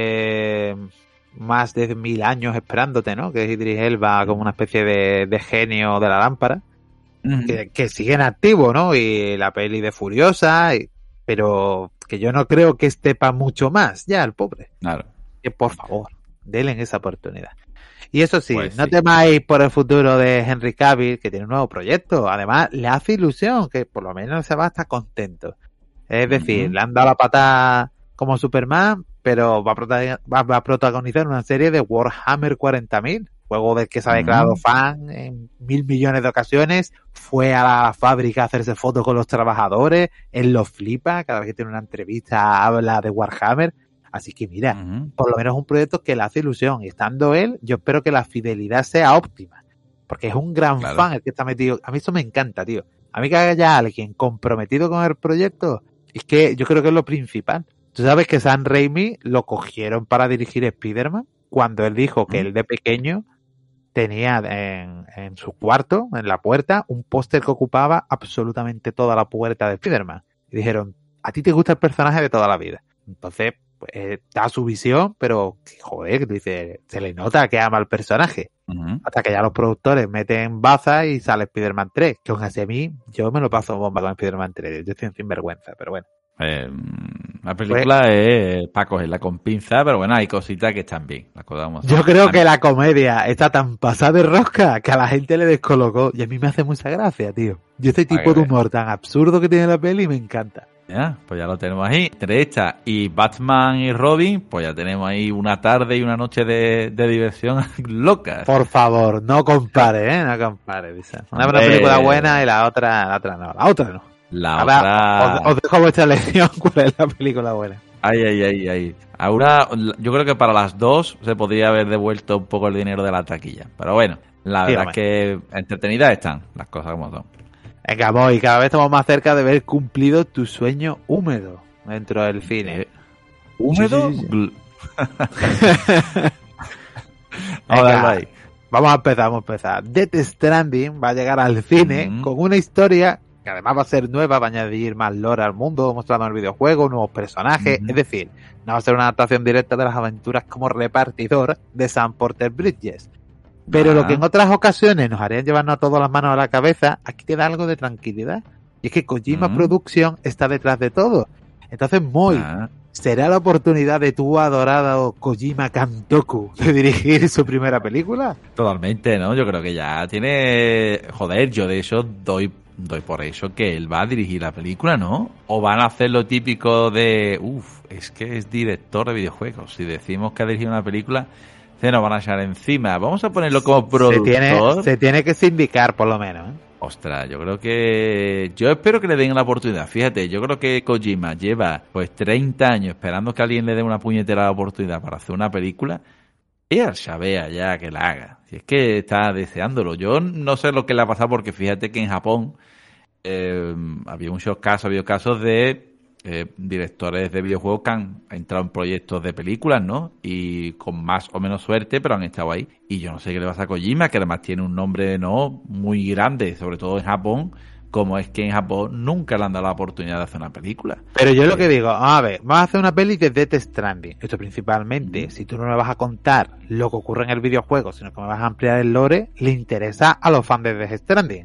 de Más de 1000 años esperándote, ¿no? Que Idris Elba como una especie de genio de la lámpara, que sigue en activo, ¿no? Y la peli de Furiosa, pero que yo no creo que esté para mucho más, ya, el pobre. Claro. Que por favor, denle esa oportunidad. Y eso sí, pues no temáis por el futuro de Henry Cavill, que tiene un nuevo proyecto. Además, le hace ilusión, que por lo menos se va a estar contento. Es decir, le han dado la patada como Superman, pero va a protagonizar una serie de Warhammer 40.000, juego del que se ha declarado fan en 1.000 millones de ocasiones. Fue a la fábrica a hacerse fotos con los trabajadores, él lo flipa, cada vez que tiene una entrevista habla de Warhammer. Así que mira, por lo menos un proyecto que le hace ilusión. Y estando él, yo espero que la fidelidad sea óptima. Porque es un gran fan el que está metido. A mí eso me encanta, tío. A mí que haya alguien comprometido con el proyecto, es que yo creo que es lo principal. Tú sabes que Sam Raimi lo cogieron para dirigir Spider-Man cuando él dijo que él de pequeño tenía en su cuarto, en la puerta, un póster que ocupaba absolutamente toda la puerta de Spider-Man. Y dijeron, a ti te gusta el personaje de toda la vida. Entonces, pues, da su visión, pero, joder, dice, se le nota que ama al personaje. Hasta que ya los productores meten baza y sale Spider-Man 3. Que aún así a mí, yo me lo paso bomba con Spider-Man 3. Yo estoy sin vergüenza, pero bueno. La película es para cogerla con pinza, pero bueno, hay cositas que están bien. Yo creo que la comedia está tan pasada de rosca que a la gente le descolocó. Y a mí me hace mucha gracia, tío. Yo este tipo de humor tan absurdo que tiene la peli me encanta. Ya, pues ya lo tenemos ahí. Entre esta y Batman y Robin, pues ya tenemos ahí una tarde y una noche de diversión locas. Por favor, no compare, no compare. Una película buena y la otra no. La otra no. Ahora, os dejo vuestra elección cuál es la película buena. Ay. Ahora, yo creo que para las dos se podría haber devuelto un poco el dinero de la taquilla. Pero bueno, la verdad es que entretenidas están las cosas como son. Venga, voy, cada vez estamos más cerca de ver cumplido tu sueño húmedo dentro del cine. ¿Húmedo? Sí. Venga, vamos a empezar. Death Stranding va a llegar al cine con una historia que además va a ser nueva, va a añadir más lore al mundo, mostrando el videojuego, nuevos personajes, es decir, no va a ser una adaptación directa de las aventuras como repartidor de Sam Porter Bridges. Pero lo que en otras ocasiones nos harían llevarnos todas las manos a la cabeza, aquí te da algo de tranquilidad. Y es que Kojima Production está detrás de todo. Entonces, ¿será la oportunidad de tu adorado Kojima Kantoku de dirigir su primera película? Totalmente, ¿no? Yo creo que ya tiene... Joder, yo de hecho doy por eso que él va a dirigir la película, ¿no? O van a hacer lo típico de... es que es director de videojuegos. Si decimos que ha dirigido una película... se nos van a echar encima. Vamos a ponerlo como productor. Se tiene que sindicar, por lo menos. Ostras, yo creo que... Yo espero que le den la oportunidad. Fíjate, yo creo que Kojima lleva pues 30 años esperando que alguien le dé una puñetera oportunidad para hacer una película. Y al Shabea ya que la haga. Si es que está deseándolo. Yo no sé lo que le ha pasado porque fíjate que en Japón había muchos casos de... directores de videojuegos que han entrado en proyectos de películas, ¿no? Y con más o menos suerte, pero han estado ahí. Y yo no sé qué le pasa a Kojima, que además tiene un nombre, ¿no?, muy grande, sobre todo en Japón, como es que en Japón nunca le han dado la oportunidad de hacer una película. Pero yo lo que digo, a ver, vamos a hacer una peli de Death Stranding. Esto principalmente, si tú no me vas a contar lo que ocurre en el videojuego, sino que me vas a ampliar el lore, le interesa a los fans de Death Stranding.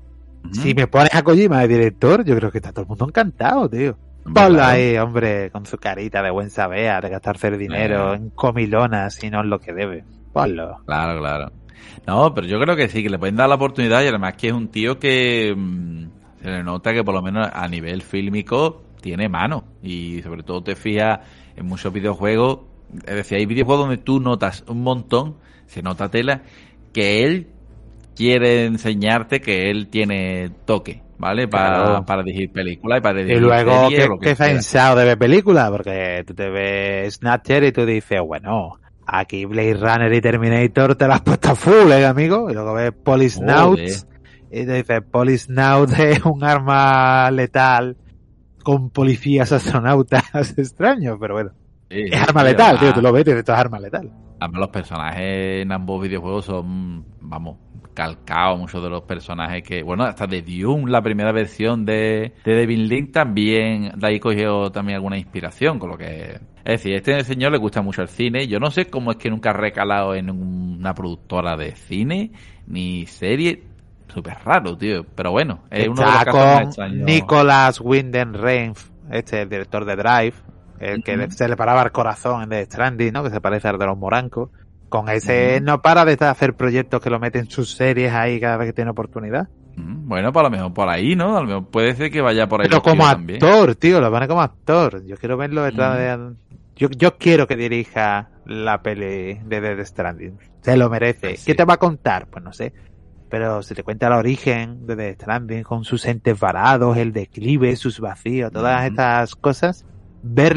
Si me pones a Kojima de director, yo creo que está todo el mundo encantado, tío. Ponlo ahí, hombre, con su carita de buen saber, de gastarse el dinero en comilonas y no en lo que debe. Ponlo. Claro. No, pero yo creo que sí, que le pueden dar la oportunidad y además que es un tío que se le nota que por lo menos a nivel fílmico tiene mano y sobre todo te fijas en muchos videojuegos, es decir, hay videojuegos donde tú notas un montón, se nota tela, que él quiere enseñarte que él tiene toque. ¿Vale? Para dirigir películas y para dirigir y luego series, que se ha hinchado de ver películas, porque tú te ves Snatcher y tú dices, bueno, aquí Blade Runner y Terminator te las has puesto a full, amigo. Y luego ves Policenauts y te dices, Policenauts es un arma letal con policías astronautas extraños, pero bueno. Sí, es arma letal, tío, tú lo ves y dices, esto es arma letal. Además los personajes en ambos videojuegos son, calcados, muchos de los personajes que... Bueno, hasta de Dune, la primera versión de David Lynch, también de ahí cogió también alguna inspiración, con lo que... Es decir, este señor le gusta mucho el cine. Yo no sé cómo es que nunca ha recalado en una productora de cine, ni serie... Súper raro, tío. Pero bueno, es uno de los casos más extraños. Nicolas Winding Refn, el director de Drive, el que se le paraba el corazón en The Stranding, ¿no? Que se parece al de los morancos. Con ese no para de hacer proyectos que lo meten en sus series ahí cada vez que tiene oportunidad. Bueno, pues a lo mejor por ahí, ¿no? A lo mejor puede ser que vaya por ahí. Pero como actor, también. Tío, lo pone como actor. Yo quiero verlo detrás de... Yo quiero que dirija la peli de Death Stranding. Se lo merece. Sí. ¿Qué te va a contar? Pues no sé. Pero si te cuenta el origen de Death Stranding con sus entes varados, el declive, sus vacíos, todas estas cosas, verlo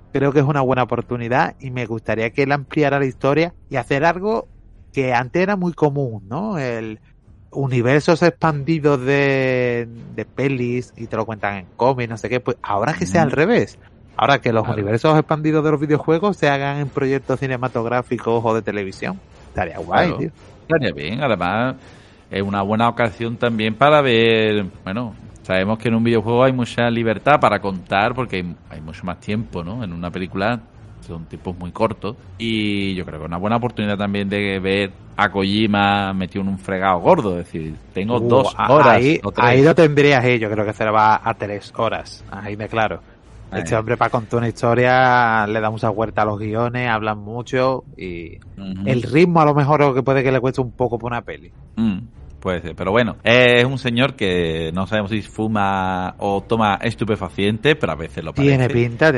creo que es una buena oportunidad y me gustaría que él ampliara la historia y hacer algo que antes era muy común, ¿no? El universos expandidos de pelis y te lo cuentan en cómics, no sé qué, pues ahora que sea al revés. Ahora que los universos expandidos de los videojuegos se hagan en proyectos cinematográficos o de televisión. Estaría guay, tío. Estaría bien, además es una buena ocasión también para ver, bueno, sabemos que en un videojuego hay mucha libertad para contar porque hay mucho más tiempo, ¿no? En una película son tiempos muy cortos y yo creo que es una buena oportunidad también de ver a Kojima metido en un fregado gordo, es decir, tengo 2 horas ahí, o 3. Ahí lo tendrías, yo creo que se le va a 3 horas, ahí me claro. Este hombre para contar una historia le da mucha vuelta a los guiones, hablan mucho y el ritmo a lo mejor es lo que puede que le cueste un poco por una peli. Puede ser, pero bueno, es un señor que no sabemos si fuma o toma estupefacientes, pero a veces lo parece. Tiene pinta.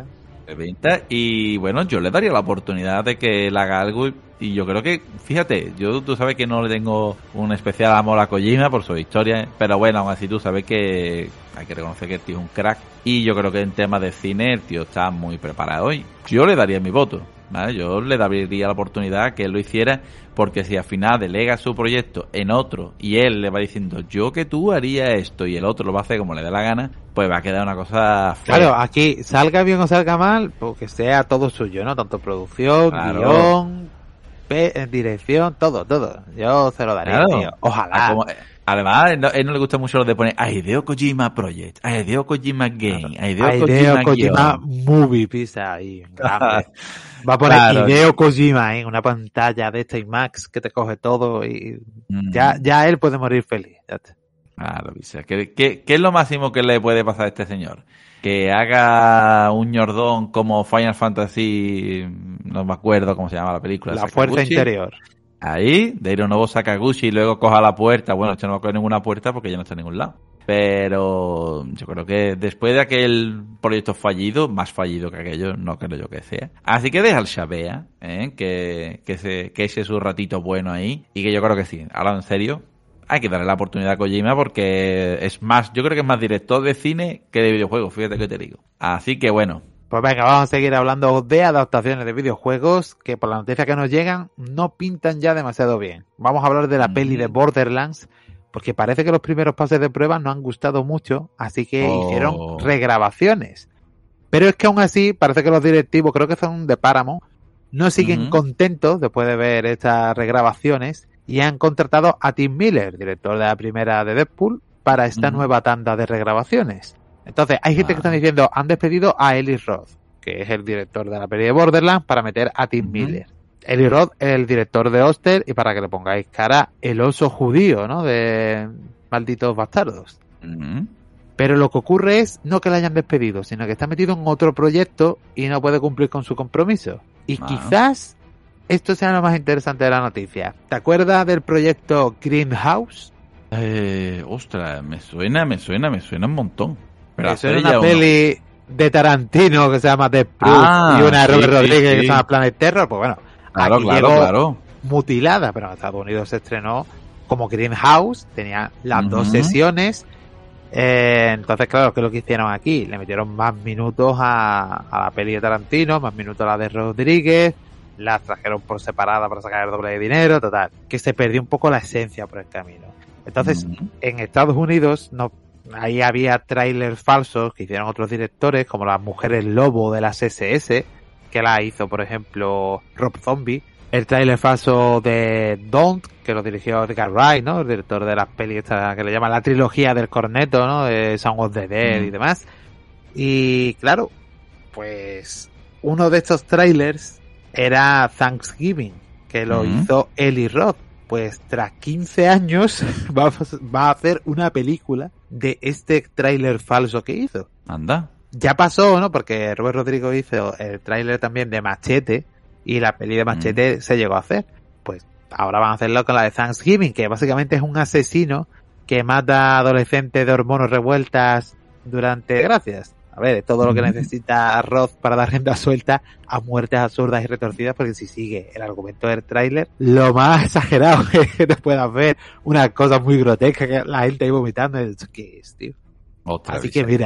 Y bueno, yo le daría la oportunidad de que él haga algo y yo creo que, fíjate, tú sabes que no le tengo un especial amor a Kojima por su historia, pero bueno, aún así tú sabes que hay que reconocer que el tío es un crack y yo creo que en temas de cine el tío está muy preparado hoy. Yo le daría mi voto, ¿vale? Yo le daría la oportunidad que él lo hiciera porque si al final delega su proyecto en otro y él le va diciendo yo que tú haría esto y el otro lo va a hacer como le dé la gana, pues va a quedar una cosa fea. Claro, aquí salga bien o salga mal, pues que sea todo suyo, ¿no? Tanto producción, guión, dirección, todo. Yo se lo daría, tío. Ojalá. Además, él no le gusta mucho lo de poner Hideo Kojima Project, Hideo Kojima Game, Hideo Kojima Movie, pisa ahí, grande. Va a poner Hideo Kojima en una pantalla de esta IMAX que te coge todo y ya él puede morir feliz. Claro, pisa. ¿Qué es lo máximo que le puede pasar a este señor? Que haga un ñordón como Final Fantasy, no me acuerdo cómo se llama la película. La fuerza interior. Ahí, de Hironobu Sakaguchi y luego coja la puerta. Bueno, esto no va a coger ninguna puerta porque ya no está en ningún lado. Pero yo creo que después de aquel proyecto fallido, más fallido que aquello, no creo yo que sea. Así que deja el Shabea, que ese es su ratito bueno ahí. Y que yo creo que sí, ahora en serio, hay que darle la oportunidad a Kojima porque es más, yo creo que es más director de cine que de videojuegos, fíjate que te digo. Así que bueno. Pues venga, vamos a seguir hablando de adaptaciones de videojuegos que por la noticia que nos llegan no pintan ya demasiado bien. Vamos a hablar de la peli de Borderlands porque parece que los primeros pases de prueba no han gustado mucho, así que hicieron regrabaciones. Pero es que aún así parece que los directivos, creo que son de Paramount, no siguen contentos después de ver estas regrabaciones y han contratado a Tim Miller, director de la primera de Deadpool, para esta nueva tanda de regrabaciones. Entonces, hay gente que está diciendo, han despedido a Eli Roth, que es el director de la peli de Borderlands, para meter a Tim Miller. Eli Roth es el director de Hostel, y para que le pongáis cara, el oso judío, ¿no? De Malditos Bastardos. Pero lo que ocurre es no que le hayan despedido, sino que está metido en otro proyecto y no puede cumplir con su compromiso. Y quizás esto sea lo más interesante de la noticia. ¿Te acuerdas del proyecto Greenhouse? Ostras, me suena un montón. Pero eso era una peli de Tarantino que se llama The Proof y una de Robert Rodríguez que se llama Planet Terror. Pues bueno, aquí llegó mutilada, pero en Estados Unidos se estrenó como Greenhouse, tenía las 2 sesiones. Entonces, claro, ¿qué es lo que hicieron aquí? Le metieron más minutos a la peli de Tarantino, más minutos a la de Rodríguez, las trajeron por separada para sacar el doble de dinero, total, que se perdió un poco la esencia por el camino. Entonces, en Estados Unidos, ahí había trailers falsos que hicieron otros directores, como Las Mujeres Lobo de las SS, que la hizo, por ejemplo, Rob Zombie. El trailer falso de Don't, que lo dirigió Edgar Wright, ¿no? El director de las pelis esta que le llaman la trilogía del corneto, ¿no? De Sound of the Dead y demás. Y claro, pues uno de estos trailers era Thanksgiving, que lo hizo Eli Roth. Pues tras 15 años va a hacer una película de este tráiler falso que hizo. Anda. Ya pasó, ¿no? Porque Robert Rodrigo hizo el tráiler también de Machete y la peli de Machete se llegó a hacer. Pues ahora van a hacerlo con la de Thanksgiving, que básicamente es un asesino que mata a adolescentes de hormonas revueltas durante... Gracias. A ver, todo lo que necesita Roth para dar rienda suelta a muertes absurdas y retorcidas, porque si sigue el argumento del tráiler, lo más exagerado que te puedas ver, una cosa muy grotesca que la gente ahí vomitando, ¿qué es, tío? Otra Así vez, que mira,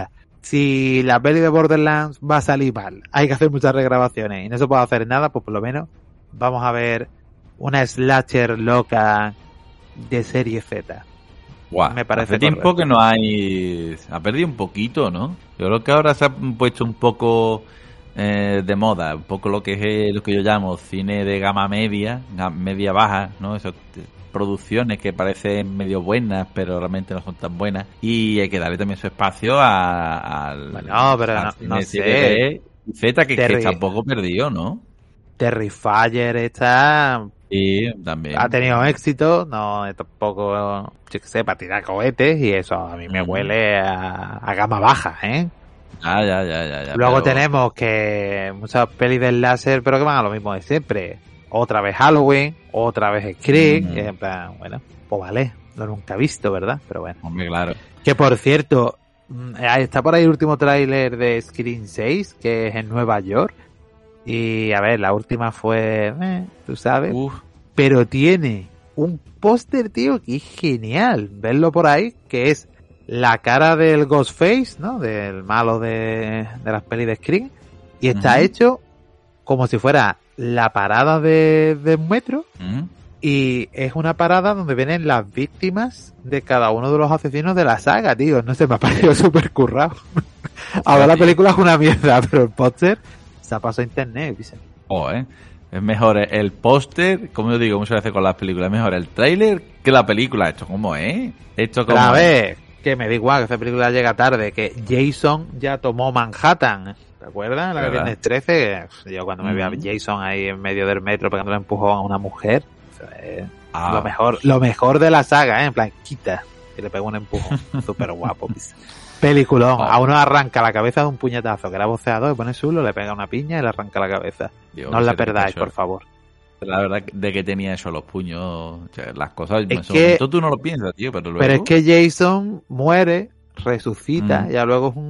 si la peli de Borderlands va a salir mal, hay que hacer muchas regrabaciones y no se puede hacer nada, pues por lo menos vamos a ver una slasher loca de serie Z. Guau, Me parece hace tiempo que no hay... Ha perdido un poquito, ¿no? Yo creo que ahora se ha puesto un poco de moda, un poco lo que es lo que yo llamo cine de gama media, media baja, ¿no? Esas producciones que parecen medio buenas, pero realmente no son tan buenas. Y hay que darle también su espacio al... Bueno, pero al no cine sé. Z, que está un poco perdido, ¿no? Terrifier está... Sí, también. Ha tenido éxito, no tampoco, yo que sé, para tirar cohetes y eso a mí me huele a gama baja, ¿eh? Ya. Luego tenemos que muchas pelis del láser, pero que van a lo mismo de siempre. Otra vez Halloween, otra vez Scream, y en plan, bueno, pues vale, lo nunca he visto, ¿verdad? Pero bueno. Hombre, claro. Que por cierto, está por ahí el último tráiler de Scream 6, que es en Nueva York. Y a ver, la última fue, tú sabes, pero tiene un póster, tío, que es genial. Verlo por ahí, que es la cara del Ghostface, ¿no? Del malo de las pelis de Scream. Y está hecho como si fuera la parada de un metro. Y es una parada donde vienen las víctimas de cada uno de los asesinos de la saga, tío. No sé, me ha parecido súper currado. Ahora la película es una mierda, pero el póster se ha pasado a internet, dicen. Es mejor el póster, como yo digo muchas veces con las películas, es mejor el tráiler que la película. ¿Esto cómo es? Pero a ver, que me da igual que esta película llega tarde, que Jason ya tomó Manhattan. ¿Te acuerdas? La que viernes 13. Yo cuando me vi a Jason ahí en medio del metro pegándole empujón a una mujer, lo mejor de la saga, en plan, quita, y le pegó un empujón. Súper guapo, peliculón. A uno arranca la cabeza de un puñetazo, que era boceador, le pone suelo, le pega una piña y le arranca la cabeza. Dios, no os la perdáis, por favor. La verdad de que tenía eso, los puños, o sea, las cosas, es en ese momento tú no lo piensas, tío, pero luego... Pero es que Jason muere, resucita, ya luego es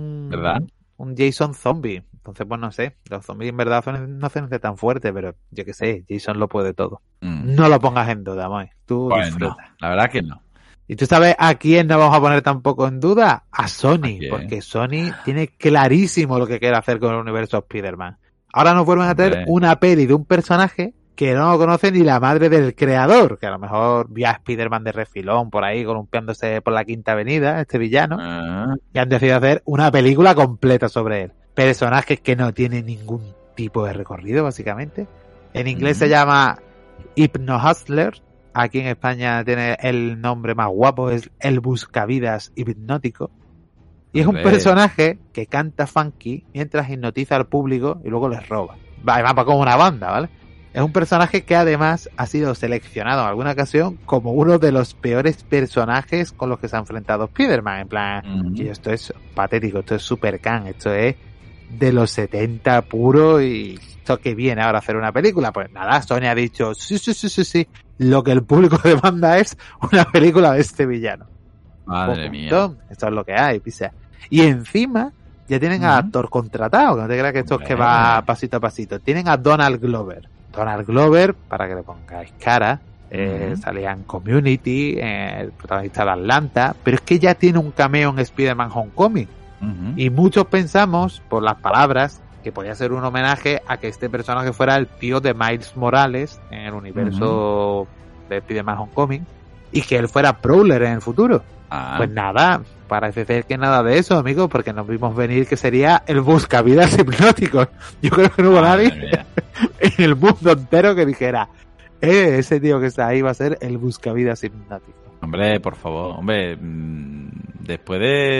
un Jason zombie. Entonces, pues no sé, los zombies en verdad no hacen tan fuerte, pero yo qué sé, Jason lo puede todo. No lo pongas en duda, Moy. Tú pues disfruta. No, la verdad que no. ¿Y tú sabes a quién no vamos a poner tampoco en duda? A Sony, porque Sony tiene clarísimo lo que quiere hacer con el universo Spider-Man. Ahora nos vuelven a hacer una peli de un personaje que no conoce ni la madre del creador, que a lo mejor vio a Spider-Man de refilón por ahí columpiándose por la Quinta Avenida, este villano, y han decidido hacer una película completa sobre él. Personajes que no tienen ningún tipo de recorrido, básicamente. En inglés se llama Hypno Hustler. Aquí en España tiene el nombre más guapo, es el buscavidas hipnótico. Y es un personaje que canta funky mientras hipnotiza al público y luego les roba. Va como una banda, ¿vale? Es un personaje que además ha sido seleccionado en alguna ocasión como uno de los peores personajes con los que se ha enfrentado Spider-Man. En plan, que esto es patético, esto es super can, esto es de los 70 puro y esto que viene ahora a hacer una película. Pues nada, Sony ha dicho, sí. Lo que el público demanda es una película de este villano. Madre mía. Esto es lo que hay, pisa. Y encima ya tienen a actor contratado, que no te creas que esto es que va pasito a pasito. Tienen a Donald Glover. Donald Glover, para que le pongáis cara, salía en Community, el protagonista de Atlanta, pero es que ya tiene un cameo en Spider-Man Homecoming. Y muchos pensamos, por las palabras, que podía ser un homenaje a que este personaje fuera el tío de Miles Morales en el universo de Spider-Man Homecoming y que él fuera Prowler en el futuro. Pues nada, parece ser que nada de eso, amigos, porque nos vimos venir que sería el buscavidas hipnótico. Yo creo que no hubo nadie en el mundo entero que dijera, ese tío que está ahí va a ser el buscavidas hipnótico. Hombre, por favor, hombre, después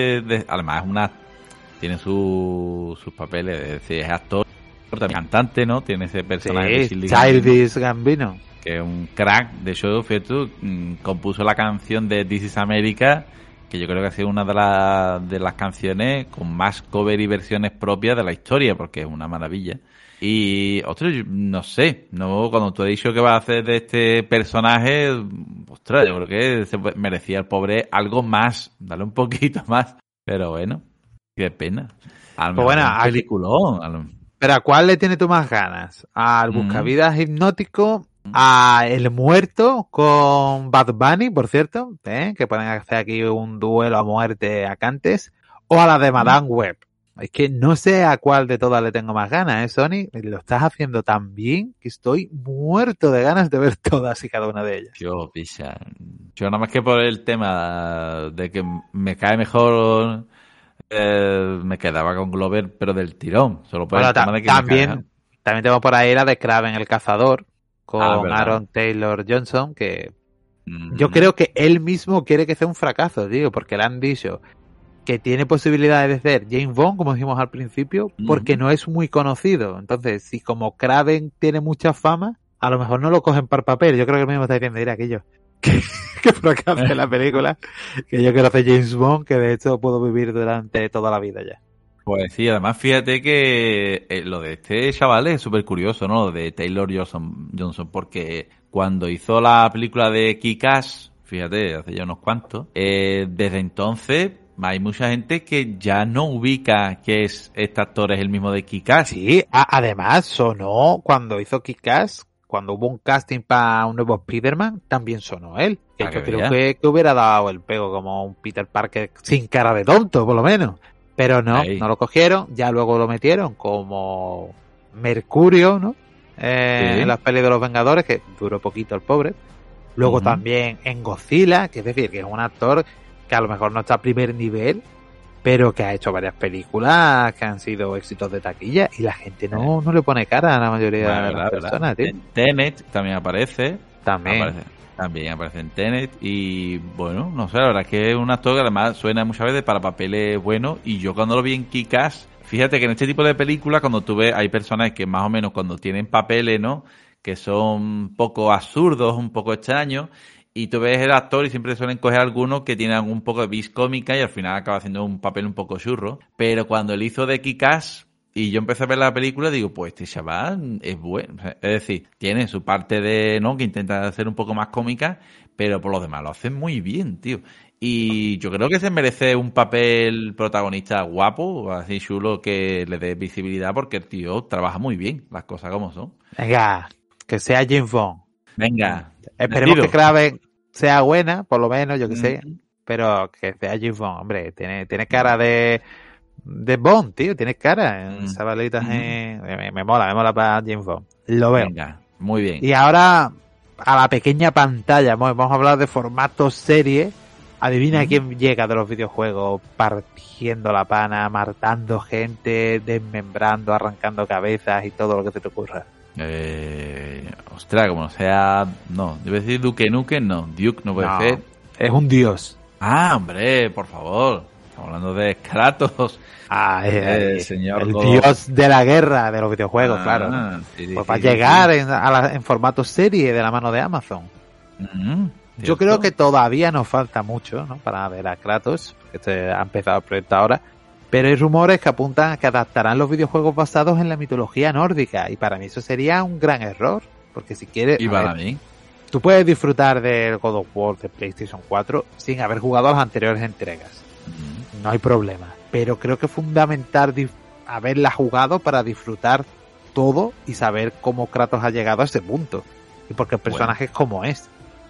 además tiene sus papeles, es decir, es actor, también cantante, ¿no? Tiene ese personaje de Childish Gambino, que es un crack. De hecho, fíjate tú, compuso la canción de This Is America, que yo creo que ha sido una de las canciones con más cover y versiones propias de la historia, porque es una maravilla. Y, ostras, no sé, cuando tú has dicho que vas a hacer de este personaje, ostras, yo creo que merecía el pobre algo más, darle un poquito más, pero bueno, qué pena. Pues bueno, peliculón. Pero ¿a cuál le tienes tú más ganas? ¿Al buscavidas hipnótico? ¿A El Muerto con Bad Bunny, por cierto? Que pueden hacer aquí un duelo a muerte a cantes? ¿O a la de Madame Web? Es que no sé a cuál de todas le tengo más ganas, Sony. Lo estás haciendo tan bien que estoy muerto de ganas de ver todas y cada una de ellas. Yo nada más que por el tema de que me cae mejor, me quedaba con Glover, pero del tirón. Solo por Bueno, el tema de que me cae. también tengo por ahí la de Kraven el Cazador con ¿Verdad? Aaron Taylor Johnson, que yo Ujú. creo que él mismo quiere que sea un fracaso, tío, porque le han dicho que tiene posibilidades de ser James Bond, como dijimos al principio, porque Ujú. no es muy conocido. Entonces, si como Kraven tiene mucha fama, a lo mejor no lo cogen para papel. Yo creo que él mismo está diciendo, mira, aquello, que fracase la película, que yo quiero hacer James Bond, que de hecho puedo vivir durante toda la vida ya. Pues sí, además fíjate que lo de este chaval es súper curioso, ¿no? Lo de Taylor Johnson, porque cuando hizo la película de Kick-Ass, fíjate, hace ya unos cuantos, desde entonces hay mucha gente que ya no ubica que este actor es el mismo de Kick-Ass. Sí, además sonó cuando hizo Kick-Ass, cuando hubo un casting para un nuevo Spider-Man, también sonó él. Que Para yo que creo veas. que hubiera dado el pego como un Peter Parker sin cara de tonto, por lo menos. Pero no Ahí. lo cogieron, ya luego lo metieron como Mercurio, ¿no? En Sí. las pelis de los Vengadores, que duró poquito el pobre. Luego Ujú. también en Godzilla, que es decir, que es un actor que a lo mejor no está a primer nivel, pero que ha hecho varias películas que han sido éxitos de taquilla y la gente no le pone cara a la mayoría Bueno, de las verdad, personas, tío. En Tenet también aparece. También. También aparece en Tenet. Y bueno, no sé, la verdad es que es un actor que además suena muchas veces para papeles buenos. Y yo cuando lo vi en Kick-Ass, fíjate que en este tipo de películas, cuando tú ves, hay personas que más o menos cuando tienen papeles, ¿no? Que son un poco absurdos, un poco extraños. Y tú ves el actor y siempre suelen coger algunos que tienen un poco de vis cómica y al final acaba haciendo un papel un poco churro. Pero cuando él hizo de Kick-Ass y yo empecé a ver la película, digo, pues este chaval es bueno. O sea, es decir, tiene su parte de, ¿no? Que intenta hacer un poco más cómica, pero por lo demás lo hace muy bien, tío. Y yo creo que se merece un papel protagonista guapo, así chulo, que le dé visibilidad, porque el tío trabaja muy bien, las cosas como son. Venga, que sea James Bond. Venga, Esperemos que decido. Kraven sea buena, por lo menos, yo que sé. Mm, Pero que sea James Bond, hombre, tiene cara de Bond, tío, tiene cara. mm, Esa balita mm. me mola para James Bond. Lo veo. Venga, muy bien. Y ahora, a la pequeña pantalla, vamos a hablar de formato serie. Adivina Mm. quién llega de los videojuegos partiendo la pana, matando gente, desmembrando, arrancando cabezas y todo lo que se te ocurra. Ostras, como no sea... No, debe decir Duke Nukem, no. Duke no puede No, ser. es un dios. Ah, hombre, por favor. Estamos hablando de Kratos. Señor El God. dios de la guerra de los videojuegos, claro, ¿no? Sí, Pues sí, va a sí, llegar sí. en formato serie de la mano de Amazon. Yo creo ¿Cierto? que todavía nos falta mucho, ¿no? Para ver a Kratos, que ha empezado el proyecto ahora. Pero hay rumores que apuntan a que adaptarán los videojuegos basados en la mitología nórdica. Y para mí eso sería un gran error. Porque si quieres... Y a para ver, mí. tú puedes disfrutar del God of War de PlayStation 4 sin haber jugado a las anteriores entregas. Mm, No hay problema. Pero creo que es fundamental haberla jugado para disfrutar todo y saber cómo Kratos ha llegado a ese punto. Y porque el personaje es como es.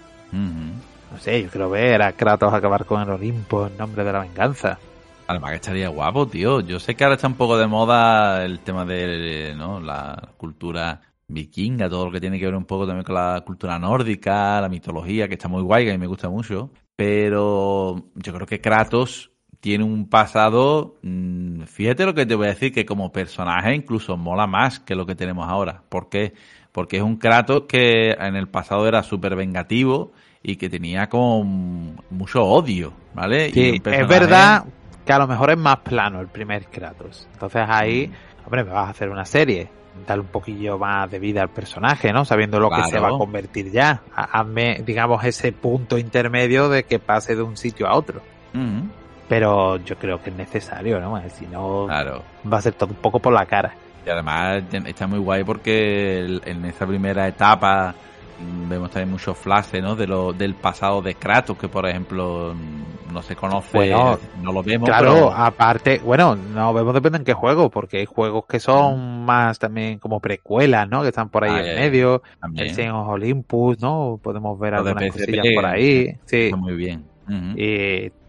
No sé, yo quiero ver a Kratos acabar con el Olimpo en nombre de la venganza. Además que estaría guapo, tío. Yo sé que ahora está un poco de moda el tema de, ¿no? La cultura vikinga, todo lo que tiene que ver un poco también con la cultura nórdica, la mitología, que está muy guay, que a mí me gusta mucho. Pero yo creo que Kratos tiene un pasado, fíjate lo que te voy a decir, que como personaje incluso mola más que lo que tenemos ahora. ¿Por qué? Porque es un Kratos que en el pasado era súper vengativo y que tenía como mucho odio, ¿vale? Y un Sí, es personaje... verdad que a lo mejor es más plano el primer Kratos. Entonces ahí, hombre, me vas a hacer una serie. Darle un poquillo más de vida al personaje, ¿no? Sabiendo lo que se va a convertir ya. Hazme, digamos, ese punto intermedio de que pase de un sitio a otro. Pero yo creo que es necesario, ¿no? Si no, Claro. va a ser todo un poco por la cara. Y además está muy guay porque en esa primera etapa vemos también muchos flashes, ¿no? Del pasado de Kratos, que por ejemplo no se conoce, Bueno, no lo vemos. claro, Pero... aparte, bueno, no vemos depende en qué juego, porque hay juegos que son más también como precuelas, ¿no? Que están por ahí en medio. El Xenos Olympus, ¿no? Podemos ver algunas cosillas por ahí. Sí. Está muy bien. Y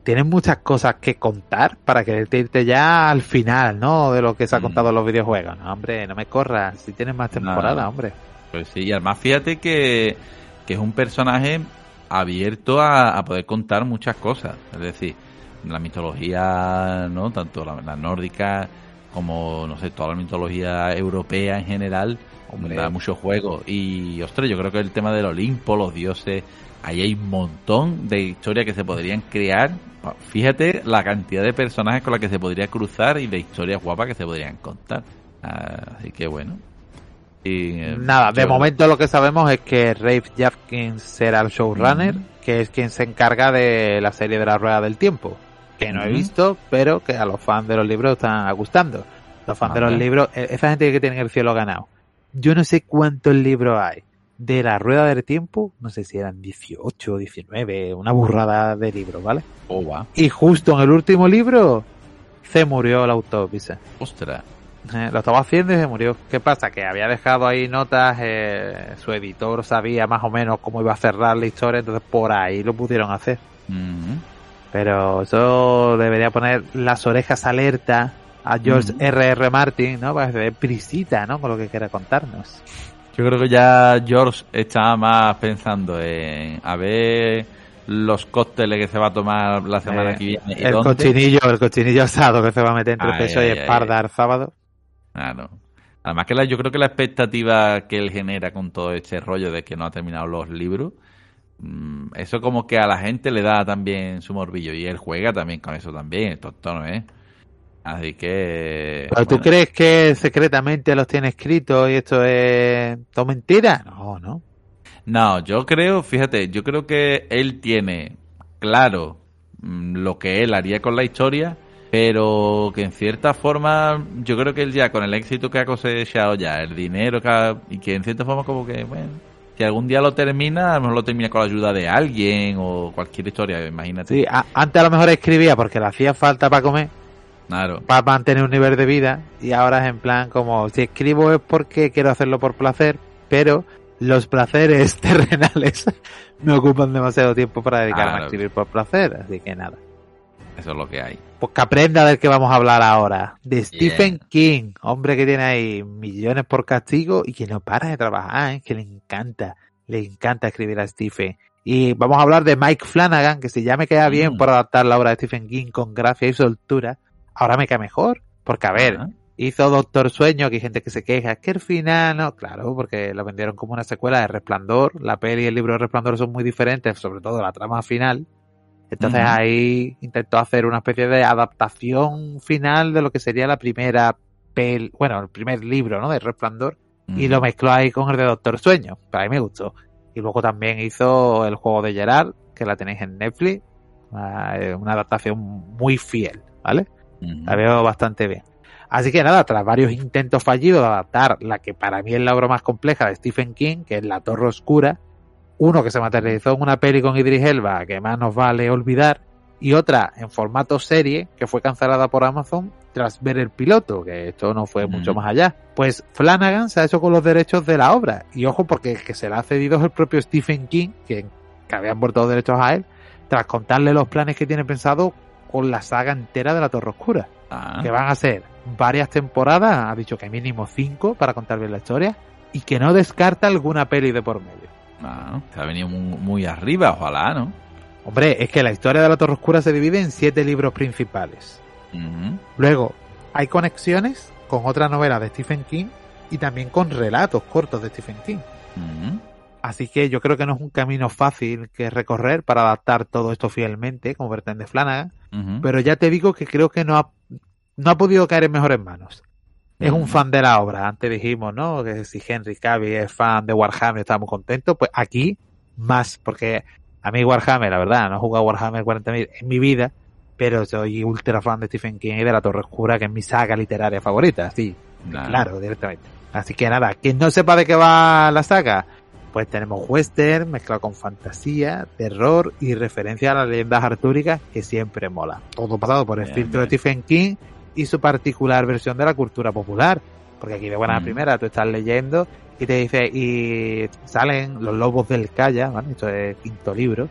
tienes muchas cosas que contar para quererte irte ya al final, ¿no? De lo que se ha contado en los videojuegos. No, hombre, no me corras. Si tienes más temporada, hombre. Pues sí, y además fíjate que es un personaje abierto a poder contar muchas cosas. Es decir, la mitología, ¿no? Tanto la nórdica como, no sé, toda la mitología europea en general, hombre, da mucho juego. Y, ostras, yo creo que el tema del Olimpo, los dioses, ahí hay un montón de historias que se podrían crear. Fíjate la cantidad de personajes con las que se podría cruzar y de historias guapas que se podrían contar. Así que bueno. Y, nada, de momento lo que sabemos es que Rafe Judkins será el showrunner, que es quien se encarga de la serie de la Rueda del Tiempo, que no he visto, pero que a los fans de los libros están gustando. Los fans de los libros, esa gente que tiene el cielo ganado. Yo no sé cuántos libros hay de la Rueda del Tiempo, no sé si eran 18 o 19, una burrada de libros, ¿vale? Oh, wow. Y justo en el último libro se murió el autor, ¿viste? Ostras. Lo estaba haciendo y se murió. ¿Qué pasa? Que había dejado ahí notas, su editor sabía más o menos cómo iba a cerrar la historia, entonces por ahí lo pudieron hacer. Pero eso debería poner las orejas alerta a George R.R. Martin, ¿no? Para que se dé prisita, ¿no? Con lo que quiera contarnos. Yo creo que ya George está más pensando en a ver los cócteles que se va a tomar la semana que viene. ¿Y el cochinillo asado que se va a meter entre peso y espalda el sábado. Claro. Además que yo creo que la expectativa que él genera con todo este rollo de que no ha terminado los libros, eso como que a la gente le da también su morbillo, y él juega también con eso también, el tono, Así que... ¿Pero tú crees que secretamente los tiene escritos y esto es todo mentira? No. No, yo creo que él tiene claro lo que él haría con la historia, pero que en cierta forma yo creo que él ya con el éxito que ha cosechado ya, el dinero y que en cierta forma como que, bueno, si algún día lo termina, a lo mejor lo termina con la ayuda de alguien o cualquier historia, imagínate. Sí, antes a lo mejor escribía porque le hacía falta para comer. Claro. Para mantener un nivel de vida, y ahora es en plan como, si escribo es porque quiero hacerlo por placer, pero los placeres terrenales me ocupan demasiado tiempo para dedicarme a escribir por placer, así que nada. Eso es lo que hay. Pues que aprenda del que vamos a hablar ahora, de Stephen King, hombre que tiene ahí millones por castigo y que no para de trabajar, que le encanta escribir a Stephen. Y vamos a hablar de Mike Flanagan, que si ya me queda bien por adaptar la obra de Stephen King con gracia y soltura, ahora me queda mejor, porque a ver, hizo Doctor Sueño, que hay gente que se queja, es que el final, no, claro, porque lo vendieron como una secuela de Resplandor, la peli y el libro de Resplandor son muy diferentes, sobre todo la trama final, entonces ahí intentó hacer una especie de adaptación final de lo que sería la primera el primer libro, ¿no?, de Resplandor, y lo mezcló ahí con el de Doctor Sueño, para mí me gustó, y luego también hizo El juego de Gerard, que la tenéis en Netflix, una adaptación muy fiel, ¿vale? La veo bastante bien. Así que nada, tras varios intentos fallidos de adaptar la que para mí es la obra más compleja de Stephen King, que es La Torre Oscura, uno que se materializó en una peli con Idris Elba, que más nos vale olvidar, y otra en formato serie, que fue cancelada por Amazon tras ver el piloto, que esto no fue mucho más allá. Pues Flanagan se ha hecho con los derechos de la obra, y ojo porque el que se la ha cedido es el propio Stephen King, que habían vuelto los derechos a él, tras contarle los planes que tiene pensado con la saga entera de La Torre Oscura, que van a ser varias temporadas, ha dicho que mínimo 5 para contar bien la historia, y que no descarta alguna peli de por medio. Se ha venido muy arriba, ojalá, ¿no? Hombre, es que la historia de La Torre Oscura se divide en 7 libros principales. Luego, hay conexiones con otras novelas de Stephen King y también con relatos cortos de Stephen King. Así que yo creo que no es un camino fácil que recorrer para adaptar todo esto fielmente, como pretende Flanagan, pero ya te digo que creo que no ha podido caer en mejores manos. Es un fan de la obra. Antes dijimos, ¿no?, que si Henry Cavill es fan de Warhammer, estamos contentos. Pues aquí, más, porque a mí Warhammer, la verdad, no he jugado Warhammer 40.000 en mi vida, pero soy ultra fan de Stephen King y de La Torre Oscura, que es mi saga literaria favorita, sí, claro, directamente. Así que nada, quien no sepa de qué va la saga, pues tenemos western mezclado con fantasía, terror y referencia a las leyendas artúricas, que siempre mola. Todo pasado por el filtro de Stephen King y su particular versión de la cultura popular. Porque aquí de buena primera tú estás leyendo y te dice, y salen los lobos del Calla, ¿vale? Esto es el 5º libro.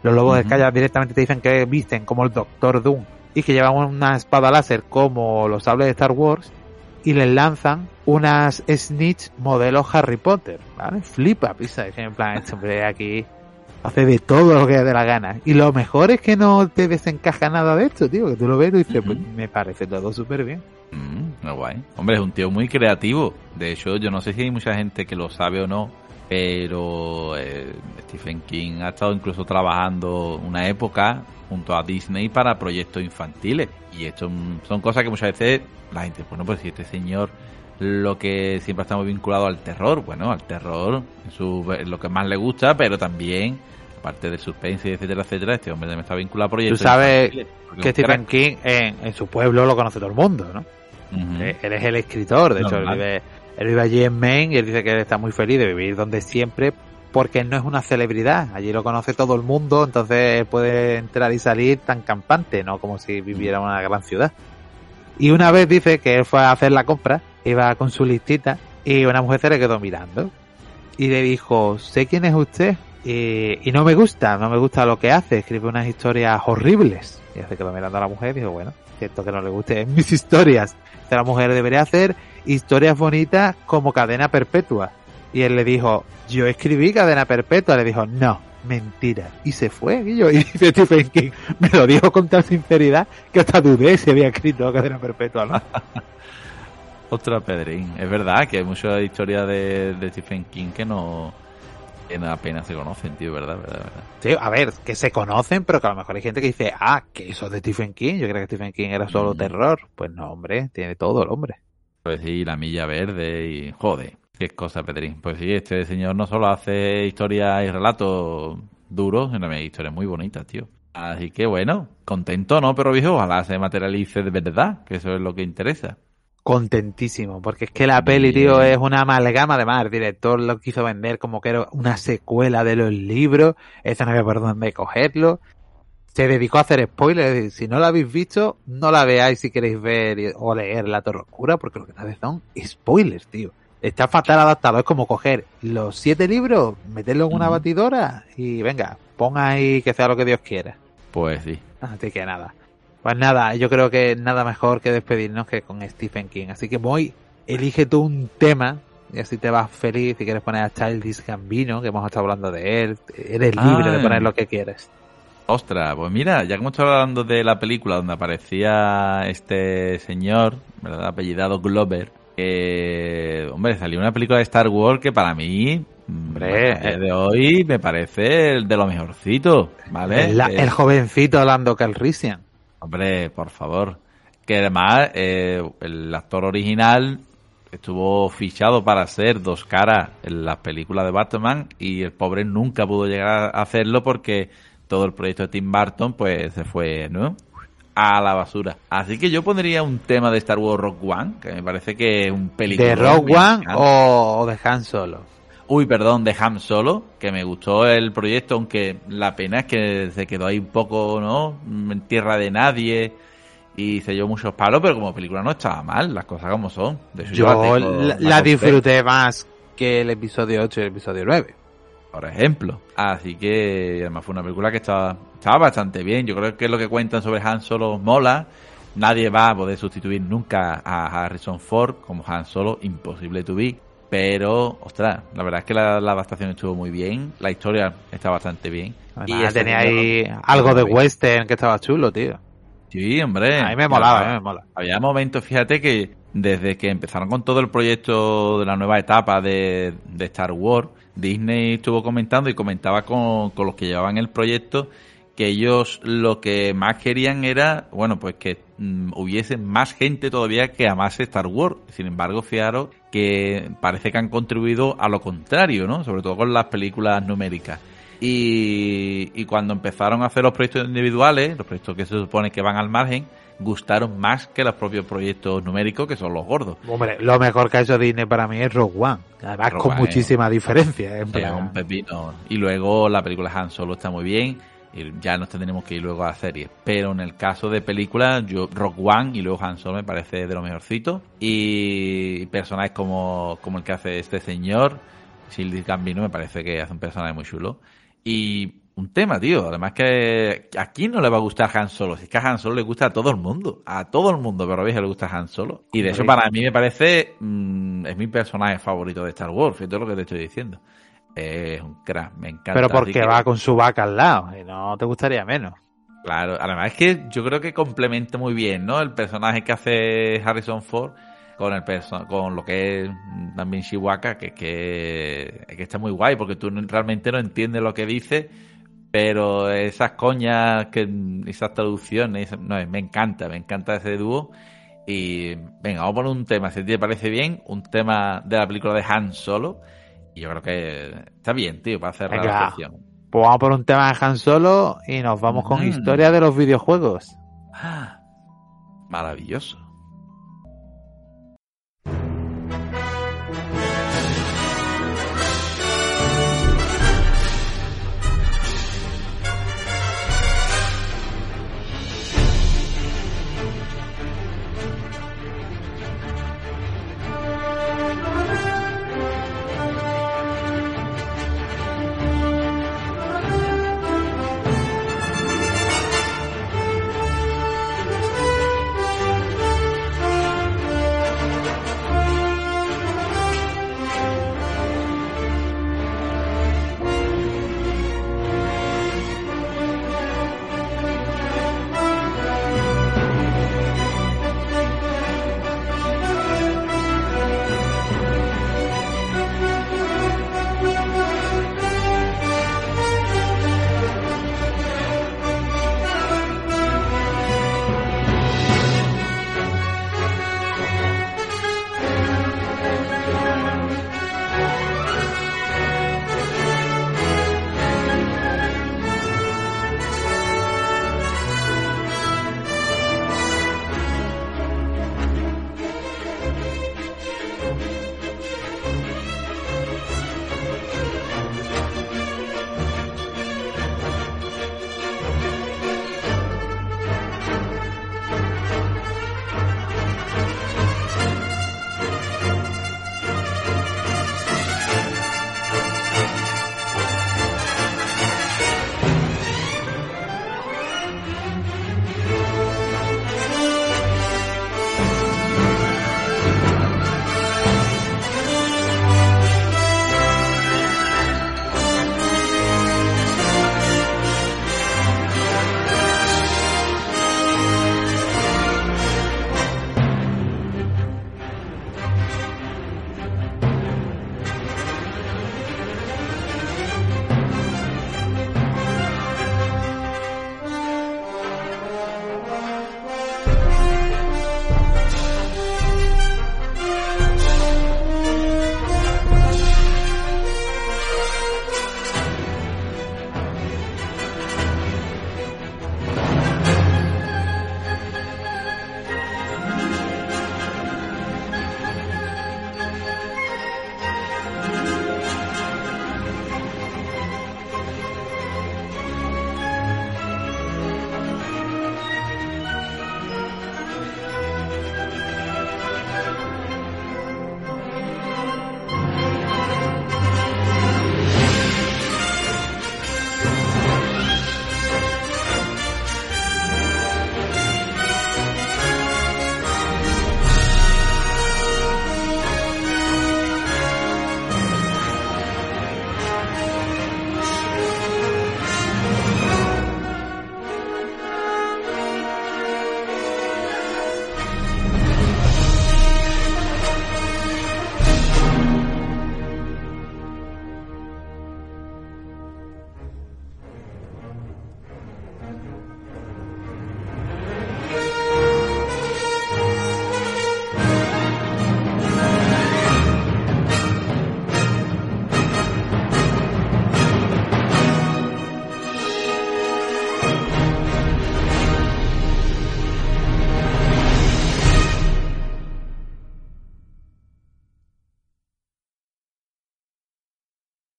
Los lobos de Sky directamente te dicen que visten como el Doctor Doom y que llevan una espada láser como los sables de Star Wars y les lanzan unas Snitch modelo Harry Potter, ¿vale? Flipa, pisa, en plan, este hombre aquí hace de todo lo que dé la gana. Y lo mejor es que no te desencaja nada de esto, tío, que tú lo ves y dices, pues me parece todo súper bien. Muy guay. Hombre, es un tío muy creativo. De hecho, yo no sé si hay mucha gente que lo sabe o no, pero Stephen King ha estado incluso trabajando una época junto a Disney para proyectos infantiles. Y esto son cosas que muchas veces la gente, bueno, pues si este señor lo que siempre está muy vinculado al terror, bueno, al terror es lo que más le gusta, pero también, aparte del suspense, etcétera, etcétera, este hombre también está vinculado a proyectos infantiles. Tú sabes que Stephen King en su pueblo lo conoce todo el mundo, ¿no? Él es el escritor, de hecho, él vive allí en Maine y él dice que él está muy feliz de vivir donde siempre, porque él no es una celebridad, allí lo conoce todo el mundo, entonces él puede entrar y salir tan campante, no como si viviera en una gran ciudad. Y una vez dice que él fue a hacer la compra, iba con su listita y una mujer se le quedó mirando y le dijo, sé quién es usted y no me gusta lo que hace, escribe unas historias horribles. Y se quedó mirando a la mujer y dijo, bueno, cierto que no le guste mis historias. La mujer debería hacer historias bonitas como Cadena Perpetua. Y él le dijo, yo escribí Cadena Perpetua. Le dijo, no, mentira. Y se fue, Guillo. Y dice Stephen King, me lo dijo con tal sinceridad que hasta dudé si había escrito Cadena Perpetua, ¿no? Ostras, Pedrín. Es verdad que hay muchas historias de Stephen King que apenas se conocen, tío, ¿verdad? Sí, a ver, que se conocen, pero que a lo mejor hay gente que dice, que eso es de Stephen King. Yo creo que Stephen King era solo terror. Pues no, hombre, tiene todo el hombre. Pues sí, La Milla Verde y... Joder, qué cosa, Pedrín. Pues sí, este señor no solo hace historias y relatos duros, sino que hay historias muy bonitas, tío. Así que bueno, contento, ¿no? Pero viejo, ojalá se materialice de verdad, que eso es lo que interesa. Contentísimo, porque es que la peli, tío, es una amalgama. Además, el director lo quiso vender como que era una secuela de los libros, eso no había por dónde cogerlo. Se dedicó a hacer spoilers, si no la habéis visto, no la veáis si queréis ver o leer La Torre Oscura, porque lo que hace son spoilers, tío. Está fatal adaptado, es como coger los 7 libros, meterlos en una batidora y venga, pon ahí que sea lo que Dios quiera. Pues sí. Así que nada. Pues nada, yo creo que nada mejor que despedirnos que con Stephen King. Así que elige tú un tema y así te vas feliz. Si quieres poner a Childish Gambino, que hemos estado hablando de él, eres libre de poner lo que quieres. Ostras, pues mira, ya que hemos estado hablando de la película donde aparecía este señor, ¿verdad? Apellidado Glover, hombre, salió una película de Star Wars que para mí, hombre, de hoy me parece el de lo mejorcito, ¿vale? El jovencito Lando Calrissian. Hombre, por favor. Que además el actor original estuvo fichado para ser Dos Caras en las películas de Batman y el pobre nunca pudo llegar a hacerlo porque todo el proyecto de Tim Burton pues se fue, ¿no?, a la basura. Así que yo pondría un tema de Star Wars Rogue One, que me parece que es un película. ¿De Rogue One o de Han Solo? Uy, perdón, de Han Solo, que me gustó el proyecto, aunque la pena es que se quedó ahí un poco, ¿no?, en tierra de nadie y se llevó muchos palos, pero como película no estaba mal, las cosas como son. De hecho, yo la disfruté más que el episodio 8 y el episodio 9. Por ejemplo. Así que además fue una película que estaba bastante bien. Yo creo que lo que cuentan sobre Han Solo mola. Nadie va a poder sustituir nunca a Harrison Ford como Han Solo, imposible to be. Pero, ostras, la verdad es que la adaptación estuvo muy bien. La historia está bastante bien. Además, y tenía ahí algo de western que estaba chulo, tío. Sí, hombre. A mí me mola. Había momentos, fíjate, que desde que empezaron con todo el proyecto de la nueva etapa de Star Wars, Disney estuvo comentando y comentaba con los que llevaban el proyecto que ellos lo que más querían era, bueno, pues que hubiese más gente todavía que amase Star Wars. Sin embargo, fijaros que parece que han contribuido a lo contrario, ¿no? Sobre todo con las películas numéricas. Y cuando empezaron a hacer los proyectos individuales, los proyectos que se supone que van al margen, gustaron más que los propios proyectos numéricos, que son los gordos. Hombre, lo mejor que ha hecho Disney para mí es Rogue One. Además, Rogue con muchísima diferencia. En plan. Un pepino. Y luego la película Han Solo está muy bien. Y ya nos tendremos que ir luego a la serie. Pero en el caso de películas, Rogue One y luego Han Solo me parece de lo mejorcito. Y personajes como el que hace este señor, Childish Gambino, me parece que hace un personaje muy chulo. Y un tema, tío. Además que a quién no le va a gustar Han Solo. Si es que a Han Solo le gusta a todo el mundo. A todo el mundo, pero veis, le gusta Han Solo. Y de hecho, para mí me parece... es mi personaje favorito de Star Wars. Fíjate lo que te estoy diciendo. Es un crack, me encanta. Pero porque va con su vaca al lado. Y no te gustaría menos. Claro, además es que yo creo que complementa muy bien, ¿no? El personaje que hace Harrison Ford con con lo que es también Chewbacca, que está muy guay, porque tú realmente no entiendes lo que dice, pero esas coñas, esas traducciones, no, me encanta ese dúo. Y venga, vamos a poner un tema, si te parece bien, un tema de la película de Han Solo. Y yo creo que está bien, tío, para cerrar la sección. Pues vamos por un tema de Han Solo y nos vamos con historia de los videojuegos. Maravilloso.